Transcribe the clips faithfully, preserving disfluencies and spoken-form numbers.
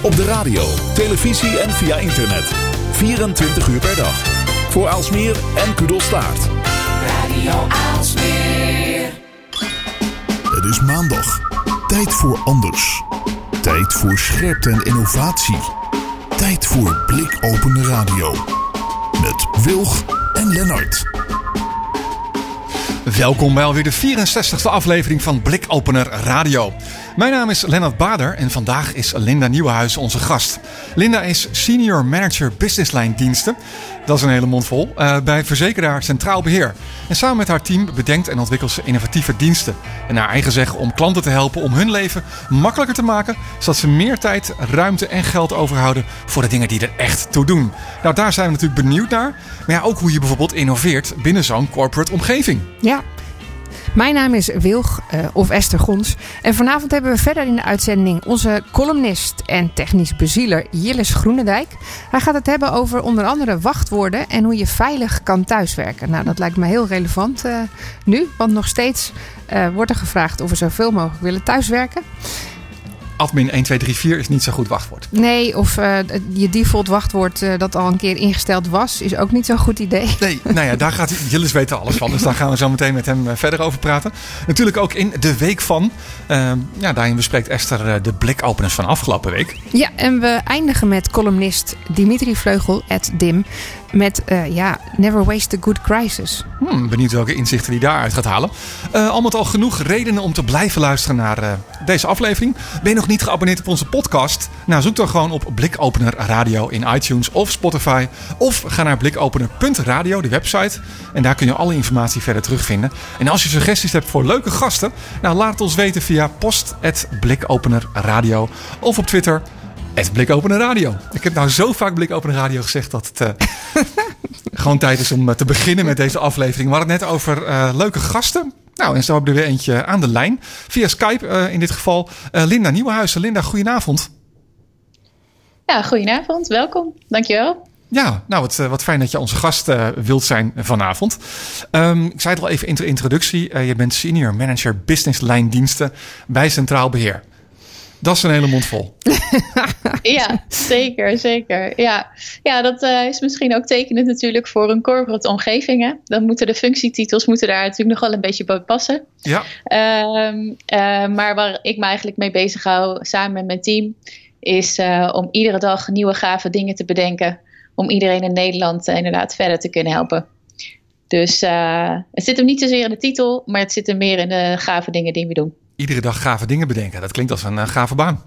Op de radio, televisie en via internet. vierentwintig uur per dag. Voor Aalsmeer en Kudelstaart. Radio Aalsmeer. Het is maandag. Tijd voor anders. Tijd voor scherpte en innovatie. Tijd voor Blikopende Radio. Met Wilg en Lennart. Welkom bij alweer de vierenzestigste aflevering van Blikopener Radio. Mijn naam is Lennart Bader en vandaag is Linda Nieuwenhuizen onze gast. Linda is Senior Manager Businesslijn Diensten, dat is een hele mond vol, uh, bij verzekeraar Centraal Beheer. En samen met haar team bedenkt en ontwikkelt ze innovatieve diensten. En naar eigen zeggen om klanten te helpen om hun leven makkelijker te maken, zodat ze meer tijd, ruimte en geld overhouden voor de dingen die er echt toe doen. Nou, daar zijn we natuurlijk benieuwd naar. Maar ja, ook hoe je bijvoorbeeld innoveert binnen zo'n corporate omgeving. Ja. Mijn naam is Wilg, uh, of Esther Gons. En vanavond hebben we verder in de uitzending onze columnist en technisch bezieler Jillis Groenendijk. Hij gaat het hebben over onder andere wachtwoorden en hoe je veilig kan thuiswerken. Nou, dat lijkt me heel relevant uh, nu, want nog steeds uh, wordt er gevraagd of we zoveel mogelijk willen thuiswerken. Admin een twee drie vier is niet zo goed wachtwoord. Nee, of uh, je default wachtwoord uh, dat al een keer ingesteld was, is ook niet zo'n goed idee. Nee, nou ja, daar gaat Jillis weten alles van. Dus daar gaan we zo meteen met hem uh, verder over praten. Natuurlijk ook in de week van. Uh, ja, daarin bespreekt Esther uh, de blikopeners van afgelopen week. Ja, en we eindigen met columnist Dimitri Vleugel, at Dim. Met, uh, ja, Never Waste a Good Crisis. Hmm, benieuwd welke inzichten hij daaruit gaat halen. Uh, al met al genoeg redenen om te blijven luisteren naar uh, deze aflevering. Ben je nog niet geabonneerd op onze podcast? Nou, zoek dan gewoon op Blikopener Radio in iTunes of Spotify. Of ga naar blikopener punt radio, de website. En daar kun je alle informatie verder terugvinden. En als je suggesties hebt voor leuke gasten, nou, laat het ons weten via post at blikopener radio of op Twitter. Het Blikopener Radio. Ik heb nou zo vaak Blikopener Radio gezegd dat het uh, gewoon tijd is om uh, te beginnen met deze aflevering. We hadden het net over uh, leuke gasten. Nou, en zo hebben we er weer eentje aan de lijn. Via Skype uh, in dit geval. Uh, Linda Nieuwenhuizen. Linda, goedenavond. Ja, goedenavond. Welkom. Dankjewel. Ja, nou wat, wat fijn dat je onze gast uh, wilt zijn vanavond. Um, ik zei het al even in de introductie. Uh, je bent Senior Manager Businesslijn Diensten bij Centraal Beheer. Dat is een hele mond vol. Ja, zeker, zeker. Ja, ja dat uh, is misschien ook tekenend natuurlijk voor een corporate omgeving. Hè? Dan moeten de functietitels moeten daar natuurlijk nog wel een beetje bij passen. Ja. Um, uh, maar waar ik me eigenlijk mee bezig hou samen met mijn team is uh, om iedere dag nieuwe gave dingen te bedenken. Om iedereen in Nederland uh, inderdaad verder te kunnen helpen. Dus uh, het zit hem niet zozeer in de titel, maar het zit hem meer in de gave dingen die we doen. Iedere dag gave dingen bedenken. Dat klinkt als een uh, gave baan.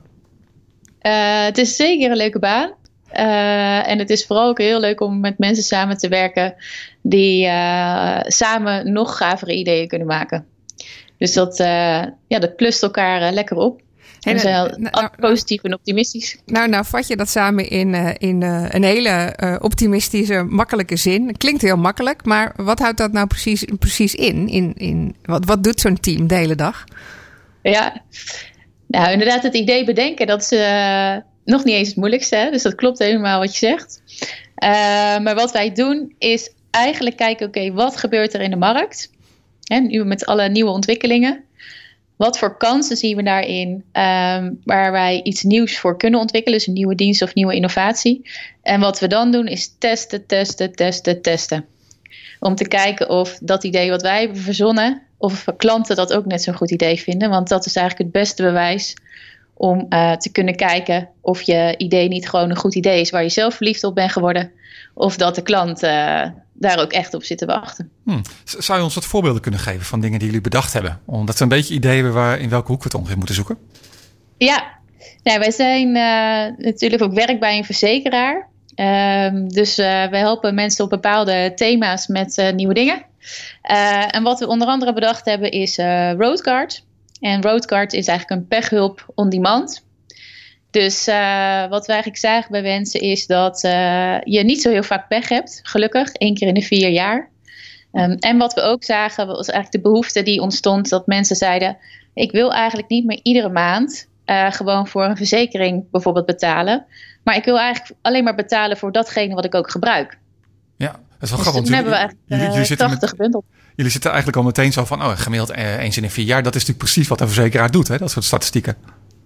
Uh, het is zeker een leuke baan. Uh, en het is vooral ook heel leuk om met mensen samen te werken die uh, samen nog gavere ideeën kunnen maken. Dus dat, uh, ja, dat plust elkaar uh, lekker op. En we zijn nou, nou, positief en optimistisch. Nou, nou vat je dat samen in, uh, in uh, een hele uh, optimistische, makkelijke zin. Klinkt heel makkelijk, maar wat houdt dat nou precies, precies in? in, in wat, wat doet zo'n team de hele dag? Ja, nou inderdaad het idee bedenken, dat is uh, nog niet eens het moeilijkste. Hè? Dus dat klopt helemaal wat je zegt. Uh, maar wat wij doen is eigenlijk kijken, oké, okay, wat gebeurt er in de markt? Hè, nu met alle nieuwe ontwikkelingen. Wat voor kansen zien we daarin um, waar wij iets nieuws voor kunnen ontwikkelen? Dus een nieuwe dienst of nieuwe innovatie. En wat we dan doen is testen, testen, testen, testen. Om te kijken of dat idee wat wij hebben verzonnen, of klanten dat ook net zo'n goed idee vinden. Want dat is eigenlijk het beste bewijs om uh, te kunnen kijken of je idee niet gewoon een goed idee is waar je zelf verliefd op bent geworden. Of dat de klant uh, daar ook echt op zit te wachten. Hmm. Zou je ons wat voorbeelden kunnen geven van dingen die jullie bedacht hebben? Omdat we een beetje idee hebben waar, in welke hoek we het ongeveer moeten zoeken. Ja, nou, wij zijn uh, natuurlijk ook werk bij een verzekeraar. Um, dus uh, we helpen mensen op bepaalde thema's met uh, nieuwe dingen. Uh, en wat we onder andere bedacht hebben is uh, Roadguard. En Roadguard is eigenlijk een pechhulp on demand. Dus uh, wat we eigenlijk zagen bij mensen is dat uh, je niet zo heel vaak pech hebt. Gelukkig, één keer in de vier jaar. Um, en wat we ook zagen was eigenlijk de behoefte die ontstond. Dat mensen zeiden, ik wil eigenlijk niet meer iedere maand uh, gewoon voor een verzekering bijvoorbeeld betalen. Maar ik wil eigenlijk alleen maar betalen voor datgene wat ik ook gebruik. Ja, dat is wel dus grappig. Toen hebben we eigenlijk jullie, jullie, jullie tachtig gebundeld. Jullie zitten eigenlijk al meteen zo van, oh, gemiddeld eens in de vier jaar. Dat is natuurlijk precies wat een verzekeraar doet, hè? Dat soort statistieken.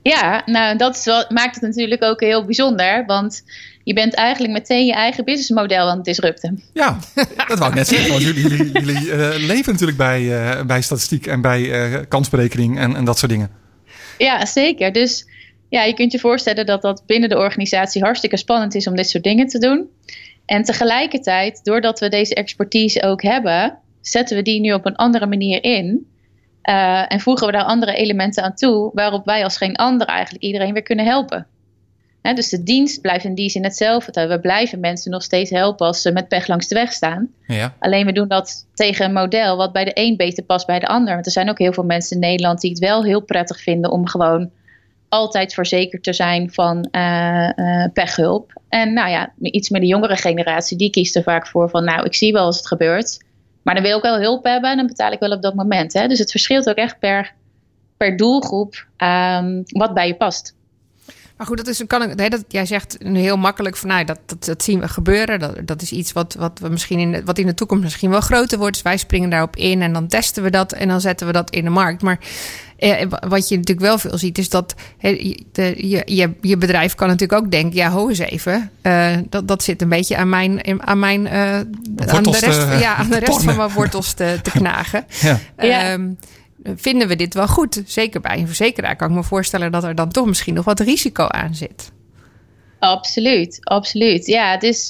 Ja, nou dat is wel, maakt het natuurlijk ook heel bijzonder. Want je bent eigenlijk meteen je eigen businessmodel aan het disrupten. Ja, dat wou ik net zeggen. Want jullie, jullie, jullie uh, leven natuurlijk bij, uh, bij statistiek en bij uh, kansberekening en, en dat soort dingen. Ja, zeker. Dus ja, je kunt je voorstellen dat dat binnen de organisatie hartstikke spannend is om dit soort dingen te doen. En tegelijkertijd, doordat we deze expertise ook hebben, zetten we die nu op een andere manier in. Uh, en voegen we daar andere elementen aan toe, waarop wij als geen ander eigenlijk iedereen weer kunnen helpen. He, dus de dienst blijft in die zin hetzelfde. We blijven mensen nog steeds helpen als ze met pech langs de weg staan. Ja. Alleen we doen dat tegen een model wat bij de een beter past bij de ander. Want er zijn ook heel veel mensen in Nederland die het wel heel prettig vinden om gewoon altijd verzekerd te zijn van uh, uh, pechhulp. En nou ja, iets met de jongere generatie, die kiest er vaak voor van nou, ik zie wel als het gebeurt. Maar dan wil ik wel hulp hebben en dan betaal ik wel op dat moment. Hè? Dus het verschilt ook echt per, per doelgroep um, wat bij je past. Maar goed, dat is, kan ik, nee, dat, jij zegt nu heel makkelijk van nou, dat, dat, dat zien we gebeuren. Dat, dat is iets wat, wat, we misschien in de, wat in de toekomst misschien wel groter wordt. Dus wij springen daarop in en dan testen we dat en dan zetten we dat in de markt. Maar eh, wat je natuurlijk wel veel ziet is dat he, de, je, je, je bedrijf kan natuurlijk ook denken, ja, ho eens even. Uh, dat, dat zit een beetje aan mijn, aan mijn uh, aan de rest, te, ja, aan de rest van mijn wortels te, te knagen. Ja. Um, Vinden we dit wel goed? Zeker bij een verzekeraar kan ik me voorstellen dat er dan toch misschien nog wat risico aan zit. Absoluut, absoluut. Ja, het is.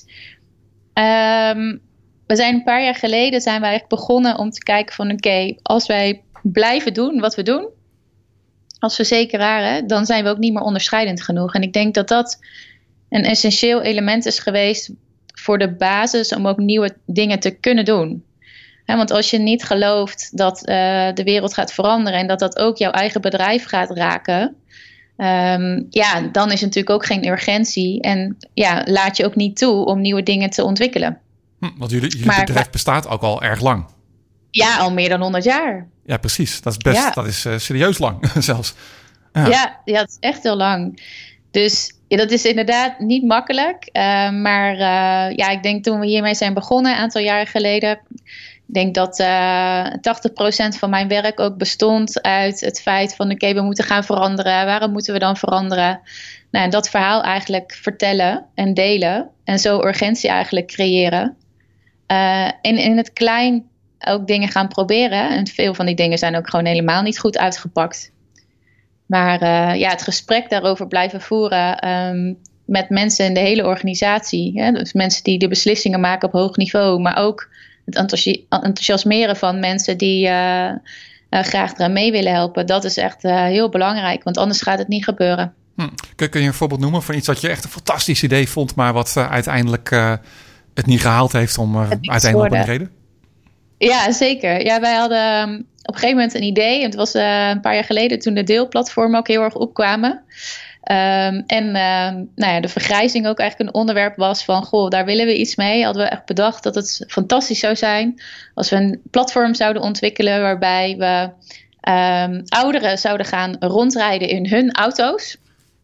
Um, we zijn een paar jaar geleden zijn we eigenlijk begonnen om te kijken van oké, okay, als wij blijven doen wat we doen als verzekeraar, dan zijn we ook niet meer onderscheidend genoeg. En ik denk dat dat een essentieel element is geweest voor de basis om ook nieuwe dingen te kunnen doen. He, want als je niet gelooft dat uh, de wereld gaat veranderen en dat dat ook jouw eigen bedrijf gaat raken, um, ja, dan is er natuurlijk ook geen urgentie en ja, laat je ook niet toe om nieuwe dingen te ontwikkelen. Hm, want jullie, jullie maar, bedrijf bestaat ook al erg lang. Ja, al meer dan honderd jaar. Ja, precies. Dat is best, ja. dat is uh, serieus lang zelfs. Ja. Ja, ja, dat is echt heel lang. Dus ja, dat is inderdaad niet makkelijk. Uh, maar uh, ja, ik denk toen we hiermee zijn begonnen, een aantal jaren geleden. Ik denk dat uh, tachtig procent van mijn werk ook bestond uit het feit van oké, okay, we moeten gaan veranderen. Waarom moeten we dan veranderen? Nou, en dat verhaal eigenlijk vertellen en delen. En zo urgentie eigenlijk creëren. Uh, en in het klein ook dingen gaan proberen. En veel van die dingen zijn ook gewoon helemaal niet goed uitgepakt. Maar uh, ja, het gesprek daarover blijven voeren um, met mensen in de hele organisatie. Hè? Dus mensen die de beslissingen maken op hoog niveau. Maar ook het enthousi- enthousiasmeren van mensen die uh, uh, graag eraan mee willen helpen. Dat is echt uh, heel belangrijk, want anders gaat het niet gebeuren. Hm. Kun, kun je een voorbeeld noemen van iets wat je echt een fantastisch idee vond, maar wat uh, uiteindelijk uh, het niet gehaald heeft om uh, uiteindelijk op een reden? Ja, zeker. Ja, wij hadden um, op een gegeven moment een idee. Het was uh, een paar jaar geleden toen de deelplatformen ook heel erg opkwamen. Um, en uh, nou ja, de vergrijzing ook eigenlijk een onderwerp was van, goh, daar willen we iets mee. Hadden we echt bedacht dat het fantastisch zou zijn als we een platform zouden ontwikkelen waarbij we um, ouderen zouden gaan rondrijden in hun auto's.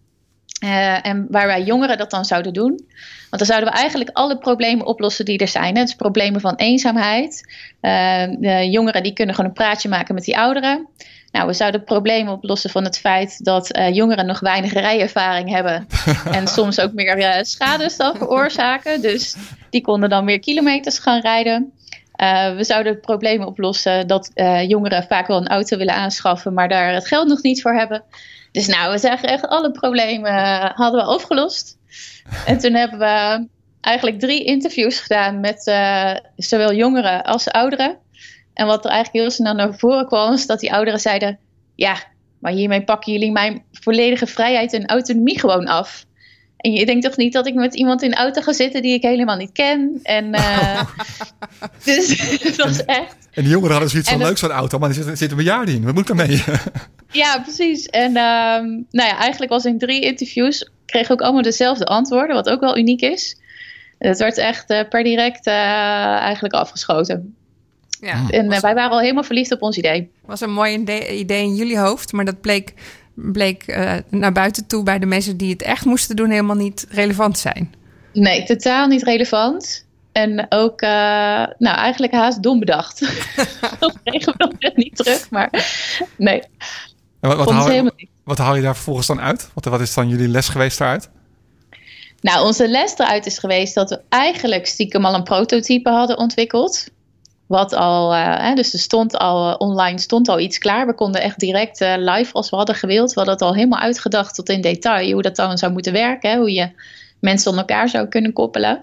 Uh, en waar wij jongeren dat dan zouden doen. Want dan zouden we eigenlijk alle problemen oplossen die er zijn. Hè? Dus problemen van eenzaamheid. Uh, de jongeren die kunnen gewoon een praatje maken met die ouderen. Nou, we zouden problemen oplossen van het feit dat uh, jongeren nog weinig rijervaring hebben. En soms ook meer uh, schades dan veroorzaken. Dus die konden dan meer kilometers gaan rijden. Uh, we zouden problemen oplossen dat uh, jongeren vaak wel een auto willen aanschaffen, maar daar het geld nog niet voor hebben. Dus nou, we zagen echt alle problemen uh, hadden we opgelost. En toen hebben we eigenlijk drie interviews gedaan met uh, zowel jongeren als ouderen. En wat er eigenlijk heel snel naar voren kwam, is dat die ouderen zeiden, ja, maar hiermee pakken jullie mijn volledige vrijheid en autonomie gewoon af. En je denkt toch niet dat ik met iemand in de auto ga zitten die ik helemaal niet ken. En uh, dus dat was echt. En die jongeren hadden zoiets van, leuk zo'n auto, maar er zit, zit een bejaarde in. Wat moet ik daarmee? Ja, precies. En um, nou ja, eigenlijk was in drie interviews kreeg ik ook allemaal dezelfde antwoorden, wat ook wel uniek is. Het werd echt uh, per direct uh, eigenlijk afgeschoten. Ja, en uh, wij waren al helemaal verliefd op ons idee. Het was een mooi idee in jullie hoofd, maar dat bleek, bleek uh, naar buiten toe bij de mensen die het echt moesten doen helemaal niet relevant zijn. Nee, totaal niet relevant. En ook, uh, nou eigenlijk haast dom bedacht. Dat kregen we nog net niet terug, maar nee. En wat, wat, houden, wat haal je daar vervolgens dan uit? Wat, wat is dan jullie les geweest daaruit? Nou, onze les eruit is geweest dat we eigenlijk stiekem al een prototype hadden ontwikkeld. Wat al, uh, hè, dus er stond al uh, online stond al iets klaar. We konden echt direct uh, live als we hadden gewild. We hadden het al helemaal uitgedacht tot in detail. Hoe dat dan zou moeten werken. Hè, hoe je mensen aan elkaar zou kunnen koppelen.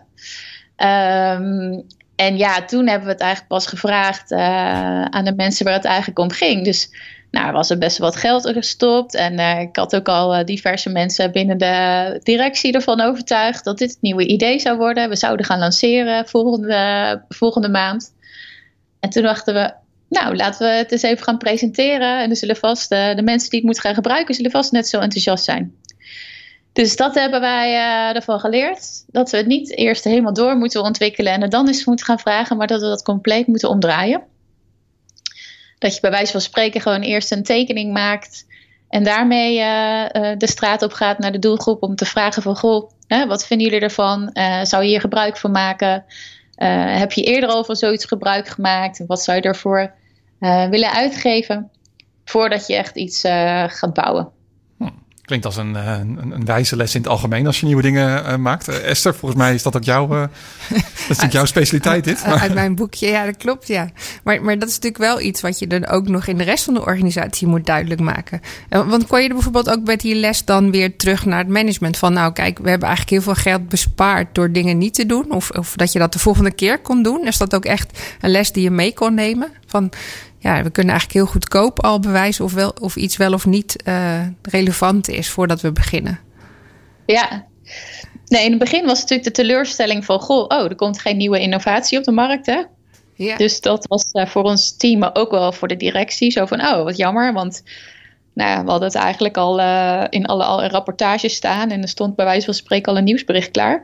Um, en ja, toen hebben we het eigenlijk pas gevraagd uh, aan de mensen waar het eigenlijk om ging. Dus nou, er was er best wel wat geld in gestopt. En uh, ik had ook al uh, diverse mensen binnen de directie ervan overtuigd dat dit het nieuwe idee zou worden. We zouden gaan lanceren volgende, volgende maand. En toen dachten we, nou, laten we het eens even gaan presenteren. En er zullen vast, uh, de mensen die het moeten gaan gebruiken, zullen vast net zo enthousiast zijn. Dus dat hebben wij uh, ervan geleerd. Dat we het niet eerst helemaal door moeten ontwikkelen en er dan eens moeten gaan vragen, maar dat we dat compleet moeten omdraaien. Dat je bij wijze van spreken gewoon eerst een tekening maakt en daarmee uh, uh, de straat op gaat naar de doelgroep om te vragen van, goh, hè, wat vinden jullie ervan? Uh, zou je hier gebruik van maken? Uh, heb je eerder al van zoiets gebruik gemaakt? Wat zou je ervoor uh, willen uitgeven voordat je echt iets uh, gaat bouwen? Hm. Klinkt als een, een, een wijze les in het algemeen als je nieuwe dingen uh, maakt. Uh, Esther, volgens mij is dat ook jouw, uh, dat is uit, jouw specialiteit dit. Uit, uit mijn boekje, ja, dat klopt, ja. Maar, maar dat is natuurlijk wel iets wat je dan ook nog in de rest van de organisatie moet duidelijk maken. Want kon je er bijvoorbeeld ook met die les dan weer terug naar het management van, nou kijk, we hebben eigenlijk heel veel geld bespaard door dingen niet te doen. Of, of dat je dat de volgende keer kon doen. Is dat ook echt een les die je mee kon nemen? Van, ja, we kunnen eigenlijk heel goedkoop al bewijzen of, wel, of iets wel of niet uh, relevant is voordat we beginnen. Ja, nee, in het begin was natuurlijk de teleurstelling van, goh, oh, er komt geen nieuwe innovatie op de markt, hè? Ja. Dus dat was uh, voor ons team, maar ook wel voor de directie, zo van, oh, wat jammer, want nou, we hadden het eigenlijk al uh, in alle, alle rapportages staan en er stond bij wijze van spreken al een nieuwsbericht klaar.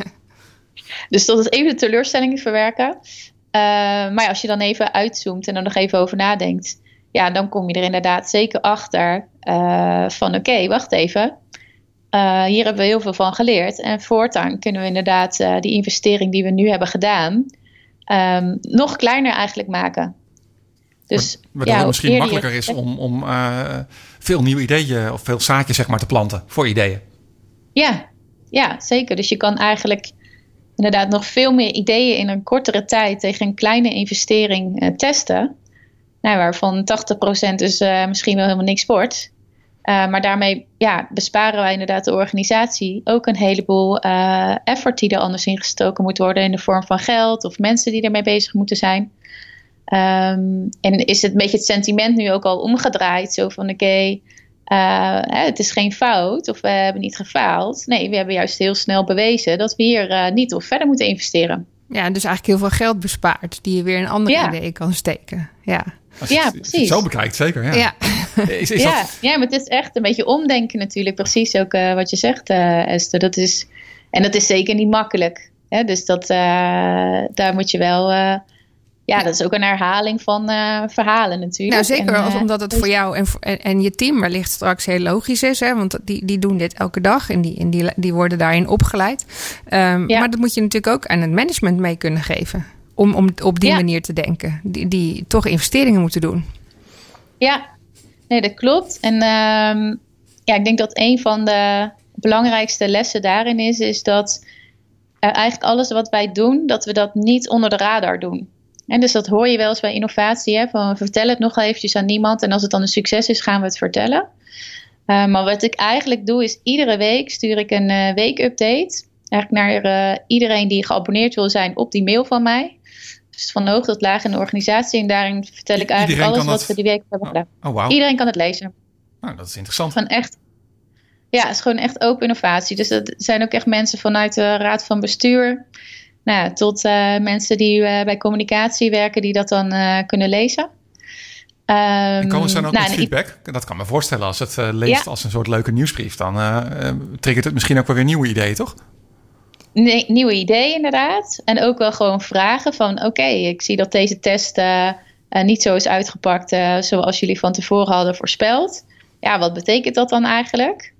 Dus dat is even de teleurstelling verwerken. Uh, maar ja, als je dan even uitzoomt en er nog even over nadenkt, ja, dan kom je er inderdaad zeker achter uh, van oké, okay, wacht even. Uh, hier hebben we heel veel van geleerd. En voortaan kunnen we inderdaad uh, die investering die we nu hebben gedaan um, nog kleiner eigenlijk maken. Dus, Waardoor ja, het misschien makkelijker je... is om, om uh, veel nieuwe ideeën of veel zaadjes zeg maar te planten voor ideeën. Ja, ja, zeker. Dus je kan eigenlijk inderdaad nog veel meer ideeën in een kortere tijd tegen een kleine investering uh, testen. Nou, waarvan tachtig procent dus uh, misschien wel helemaal niks wordt. Uh, maar daarmee ja, besparen wij inderdaad de organisatie ook een heleboel uh, effort die er anders in gestoken moet worden in de vorm van geld of mensen die ermee bezig moeten zijn. Um, en is het een beetje het sentiment nu ook al omgedraaid, zo van oké, okay, uh, het is geen fout of we hebben niet gefaald. Nee, we hebben juist heel snel bewezen dat we hier uh, niet of verder moeten investeren. Ja, dus eigenlijk heel veel geld bespaart die je weer in andere ja. ideeën kan steken. Ja. Als je ja, het, precies. het zo bekijkt, zeker. Ja, ja. Is, is ja, dat... ja, maar het is echt een beetje omdenken natuurlijk. Precies ook uh, wat je zegt, uh, Esther. Dat is, en dat is zeker niet makkelijk. Hè? Dus dat, uh, daar moet je wel... Uh, ja, dat is ook een herhaling van uh, verhalen natuurlijk. Nou, zeker en, als, uh, omdat het voor jou en, en, en je team wellicht straks heel logisch is. Hè? Want die, die doen dit elke dag en, die, en die, die worden daarin opgeleid. Um, ja. Maar dat moet je natuurlijk ook aan het management mee kunnen geven. Om, om op die ja. manier te denken. Die, die toch investeringen moeten doen. Ja, nee, dat klopt. En um, ja, ik denk dat een van de belangrijkste lessen daarin is... is dat uh, eigenlijk alles wat wij doen, dat we dat niet onder de radar doen. En dus dat hoor je wel eens bij innovatie. Hè, van, vertel het nog eventjes aan niemand. En als het dan een succes is, gaan we het vertellen. Uh, maar wat ik eigenlijk doe, is iedere week stuur ik een uh, weekupdate. Eigenlijk naar uh, iedereen die geabonneerd wil zijn op die mail van mij. Dus van hoog tot laag in de organisatie. En daarin vertel ik eigenlijk iedereen alles wat het... we die week hebben gedaan. Oh, oh, wow. Iedereen kan het lezen. Nou, dat is interessant. Van echt, ja, het is gewoon echt open innovatie. Dus dat zijn ook echt mensen vanuit de raad van bestuur... Nou ja, tot uh, mensen die uh, bij communicatie werken, die dat dan uh, kunnen lezen. Um, en komen ze dan ook nou, met feedback? I- dat kan me voorstellen. Als het uh, leest ja. als een soort leuke nieuwsbrief, dan uh, uh, triggert het misschien ook wel weer nieuwe ideeën, toch? Nee, nieuwe ideeën inderdaad. En ook wel gewoon vragen van oké, okay, ik zie dat deze test uh, uh, niet zo is uitgepakt uh, zoals jullie van tevoren hadden voorspeld. Ja, wat betekent dat dan eigenlijk?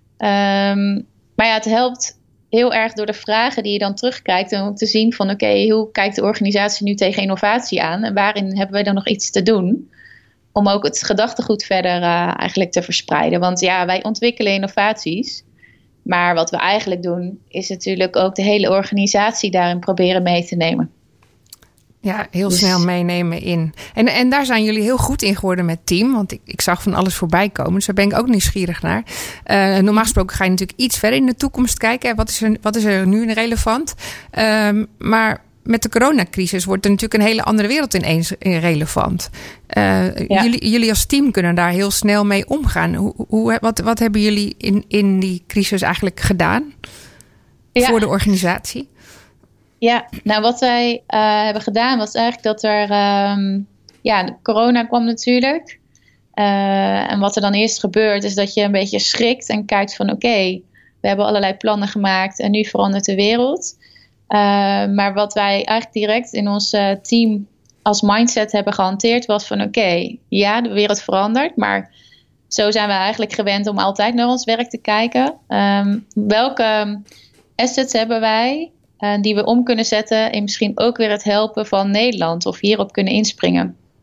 Um, maar ja, het helpt heel erg door de vragen die je dan terugkrijgt en om te zien van oké, okay, hoe kijkt de organisatie nu tegen innovatie aan en waarin hebben wij dan nog iets te doen? om ook het gedachtegoed verder uh, eigenlijk te verspreiden. Want ja, wij ontwikkelen innovaties. Maar wat we eigenlijk doen, is natuurlijk ook de hele organisatie daarin proberen mee te nemen. Ja, heel Dus- snel meenemen in. En, en daar zijn jullie heel goed in geworden met team. Want ik, ik zag van alles voorbij komen. Dus daar ben ik ook nieuwsgierig naar. Uh, normaal gesproken ga je natuurlijk iets verder in de toekomst kijken. Hè. Wat is er, wat is er nu relevant? Um, maar met de coronacrisis wordt er natuurlijk een hele andere wereld ineens relevant. Uh, Ja. jullie, jullie als team kunnen daar heel snel mee omgaan. Hoe, hoe, wat, wat hebben jullie in, in die crisis eigenlijk gedaan? Ja. Voor de organisatie? Ja, nou wat wij uh, hebben gedaan was eigenlijk dat er... Um, ja, de corona kwam natuurlijk. Uh, en wat er dan eerst gebeurt is dat je een beetje schrikt en kijkt van... oké, okay, we hebben allerlei plannen gemaakt en nu verandert de wereld. Uh, maar wat wij eigenlijk direct in ons uh, team als mindset hebben gehanteerd was van... oké, okay, ja, de wereld verandert, maar zo zijn we eigenlijk gewend om altijd naar ons werk te kijken. Um, welke assets hebben wij... Uh, die we om kunnen zetten in misschien ook weer het helpen van Nederland of hierop kunnen inspringen.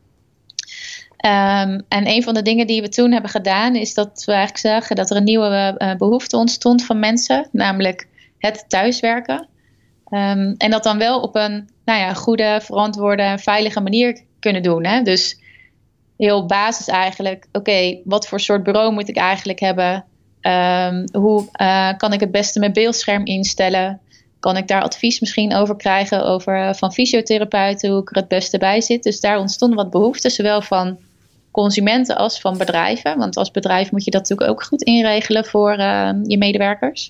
Um, en een van de dingen die we toen hebben gedaan is dat we eigenlijk zagen dat er een nieuwe uh, behoefte ontstond van mensen, namelijk het thuiswerken. Um, en dat dan wel op een nou ja, goede, verantwoorde en veilige manier kunnen doen. Hè? Dus heel basis eigenlijk, oké, okay, wat voor soort bureau moet ik eigenlijk hebben? Um, hoe uh, kan ik het beste mijn beeldscherm instellen? Kan ik daar advies misschien over krijgen over, uh, van fysiotherapeuten, hoe ik er het beste bij zit. Dus daar ontstonden wat behoeften, zowel van consumenten als van bedrijven. Want als bedrijf moet je dat natuurlijk ook goed inregelen voor uh, je medewerkers.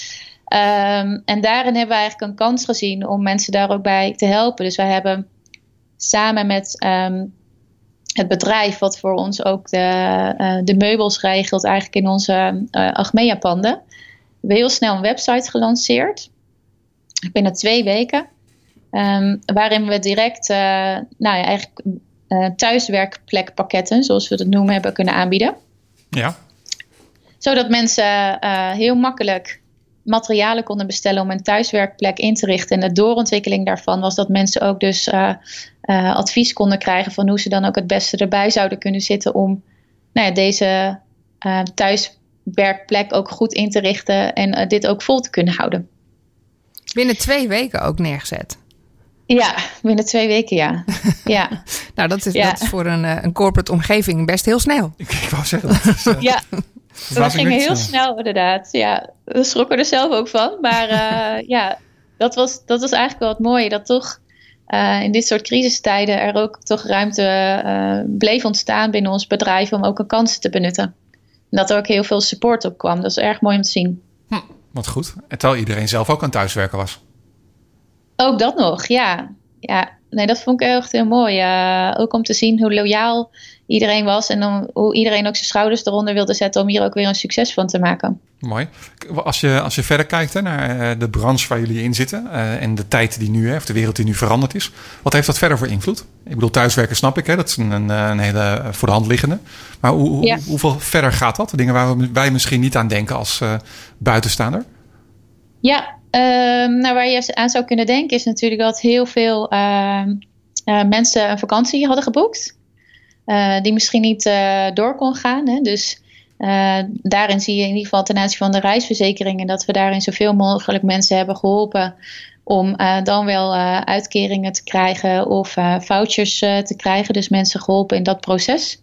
Um, en daarin hebben we eigenlijk een kans gezien om mensen daar ook bij te helpen. Dus wij hebben samen met um, het bedrijf wat voor ons ook de, uh, de meubels regelt eigenlijk in onze uh, Achmea-panden, hebben we heel snel een website gelanceerd. Binnen twee weken. Um, waarin we direct uh, nou ja, eigenlijk uh, thuiswerkplekpakketten, zoals we dat noemen, hebben kunnen aanbieden. Ja. Zodat mensen uh, heel makkelijk materialen konden bestellen om een thuiswerkplek in te richten. En de doorontwikkeling daarvan was dat mensen ook dus uh, uh, advies konden krijgen van hoe ze dan ook het beste erbij zouden kunnen zitten om nou ja, deze uh, thuiswerkplek ook goed in te richten en uh, dit ook vol te kunnen houden. Binnen twee weken ook neergezet. Ja, binnen twee weken, ja. ja. nou, dat is, ja. dat is voor een, een corporate omgeving best heel snel. Ik, ik wou zeggen. Dat is, uh, ja, we gingen heel snel inderdaad. Ja, we schrokken er zelf ook van. Maar uh, ja, dat was, dat was eigenlijk wel het mooie. Dat toch uh, in dit soort crisistijden er ook toch ruimte uh, bleef ontstaan binnen ons bedrijf om ook een kansen te benutten. En dat er ook heel veel support op kwam. Dat is erg mooi om te zien. Hm, wat goed. En terwijl iedereen zelf ook aan thuiswerken was. Ook dat nog, ja. Ja, nee, dat vond ik echt heel mooi. Uh, ook om te zien hoe loyaal iedereen was. En dan, hoe iedereen ook zijn schouders eronder wilde zetten om hier ook weer een succes van te maken. Mooi. Als je, als je verder kijkt hè, naar de branche waar jullie in zitten. Uh, en de tijd die nu, hè, of de wereld die nu veranderd is. Wat heeft dat verder voor invloed? Ik bedoel, thuiswerken snap ik. Hè, dat is een, een hele voor de hand liggende. Maar hoe, ja. hoe, hoeveel verder gaat dat? Dingen waar we, wij misschien niet aan denken als uh, buitenstaander? Ja, Uh, nou, waar je aan zou kunnen denken is natuurlijk dat heel veel uh, uh, mensen een vakantie hadden geboekt. Uh, die misschien niet uh, door kon gaan. Hè? Dus uh, daarin zie je in ieder geval ten aanzien van de reisverzekeringen dat we daarin zoveel mogelijk mensen hebben geholpen om uh, dan wel uh, uitkeringen te krijgen of uh, vouchers uh, te krijgen. Dus mensen geholpen in dat proces.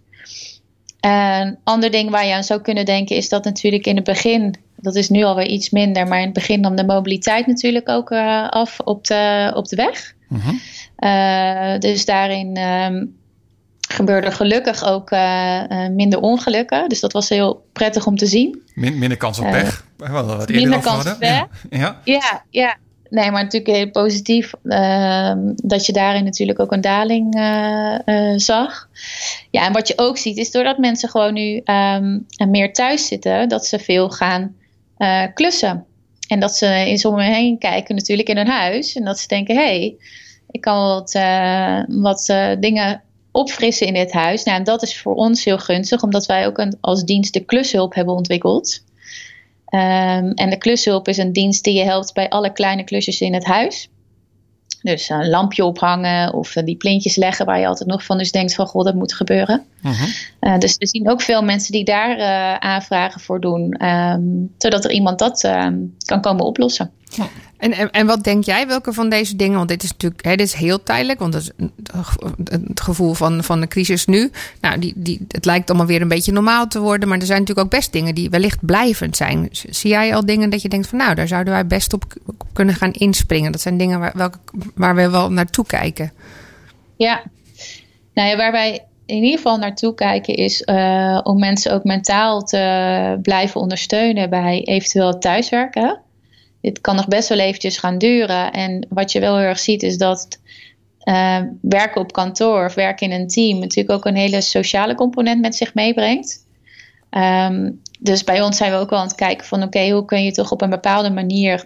Een ander ding waar je aan zou kunnen denken is dat natuurlijk in het begin, dat is nu alweer iets minder, maar in het begin nam de mobiliteit natuurlijk ook uh, af op de, op de weg. Mm-hmm. Uh, dus daarin um, gebeurde gelukkig ook uh, uh, minder ongelukken. Dus dat was heel prettig om te zien. Min, minder kans op pech. Uh, wat wat minder kans op pech. Ja. ja, ja. Nee, maar natuurlijk heel positief uh, dat je daarin natuurlijk ook een daling uh, uh, zag. Ja, en wat je ook ziet is doordat mensen gewoon nu um, meer thuis zitten, dat ze veel gaan uh, klussen. En dat ze in z'n heen kijken natuurlijk in hun huis. En dat ze denken, hé, hey, ik kan wat, uh, wat uh, dingen opfrissen in dit huis. Nou, en dat is voor ons heel gunstig, omdat wij ook een, als dienst de klushulp hebben ontwikkeld. Um, en de klushulp is een dienst die je helpt bij alle kleine klusjes in het huis. Dus een lampje ophangen of uh, die plintjes leggen waar je altijd nog van dus denkt van goh, dat moet gebeuren. Uh-huh. Uh, dus we zien ook veel mensen die daar uh, aanvragen voor doen. Um, zodat er iemand dat uh, kan komen oplossen. Ja. En, en, en wat denk jij, welke van deze dingen? Want dit is natuurlijk hè, dit is heel tijdelijk. Want het, is het gevoel van, van de crisis nu. Nou, die, die, het lijkt allemaal weer een beetje normaal te worden. Maar er zijn natuurlijk ook best dingen die wellicht blijvend zijn. Zie jij al dingen dat je denkt van nou, daar zouden wij best op kunnen gaan inspringen? Dat zijn dingen waar, welke, waar we wel naartoe kijken. Ja, nou ja, waar wij in ieder geval naartoe kijken is uh, om mensen ook mentaal te blijven ondersteunen bij eventueel thuiswerken. Dit kan nog best wel eventjes gaan duren. En wat je wel heel erg ziet is dat uh, werken op kantoor of werken in een team natuurlijk ook een hele sociale component met zich meebrengt. Um, dus bij ons zijn we ook wel aan het kijken van oké, okay, hoe kun je toch op een bepaalde manier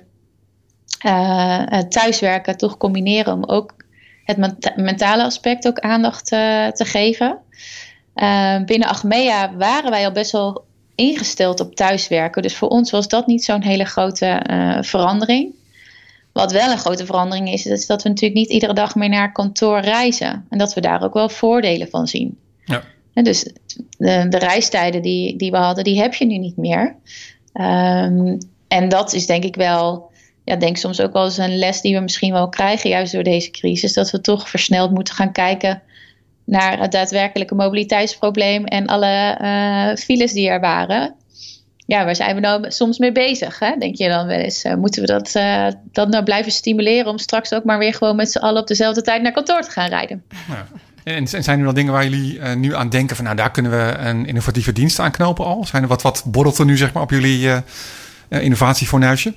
uh, thuiswerken toch combineren om ook het menta- mentale aspect ook aandacht uh, te geven. Uh, binnen Achmea waren wij al best wel ingesteld op thuiswerken. Dus voor ons was dat niet zo'n hele grote uh, verandering. Wat wel een grote verandering is, is dat we natuurlijk niet iedere dag meer naar kantoor reizen. En dat we daar ook wel voordelen van zien. Ja. En dus de, de reistijden die, die we hadden, die heb je nu niet meer. Um, en dat is denk ik wel, ja, denk soms ook wel eens een les die we misschien wel krijgen, juist door deze crisis. Dat we toch versneld moeten gaan kijken naar het daadwerkelijke mobiliteitsprobleem en alle uh, files die er waren. Ja, waar zijn we nou soms mee bezig? Hè? Denk je dan wel eens, uh, moeten we dat, uh, dat nou blijven stimuleren om straks ook maar weer gewoon met z'n allen op dezelfde tijd naar kantoor te gaan rijden? Ja. En zijn er dan dingen waar jullie uh, nu aan denken van nou, daar kunnen we een innovatieve dienst aan knopen al? Zijn er wat, wat borrelt er nu zeg maar op jullie uh, uh, innovatiefornuisje?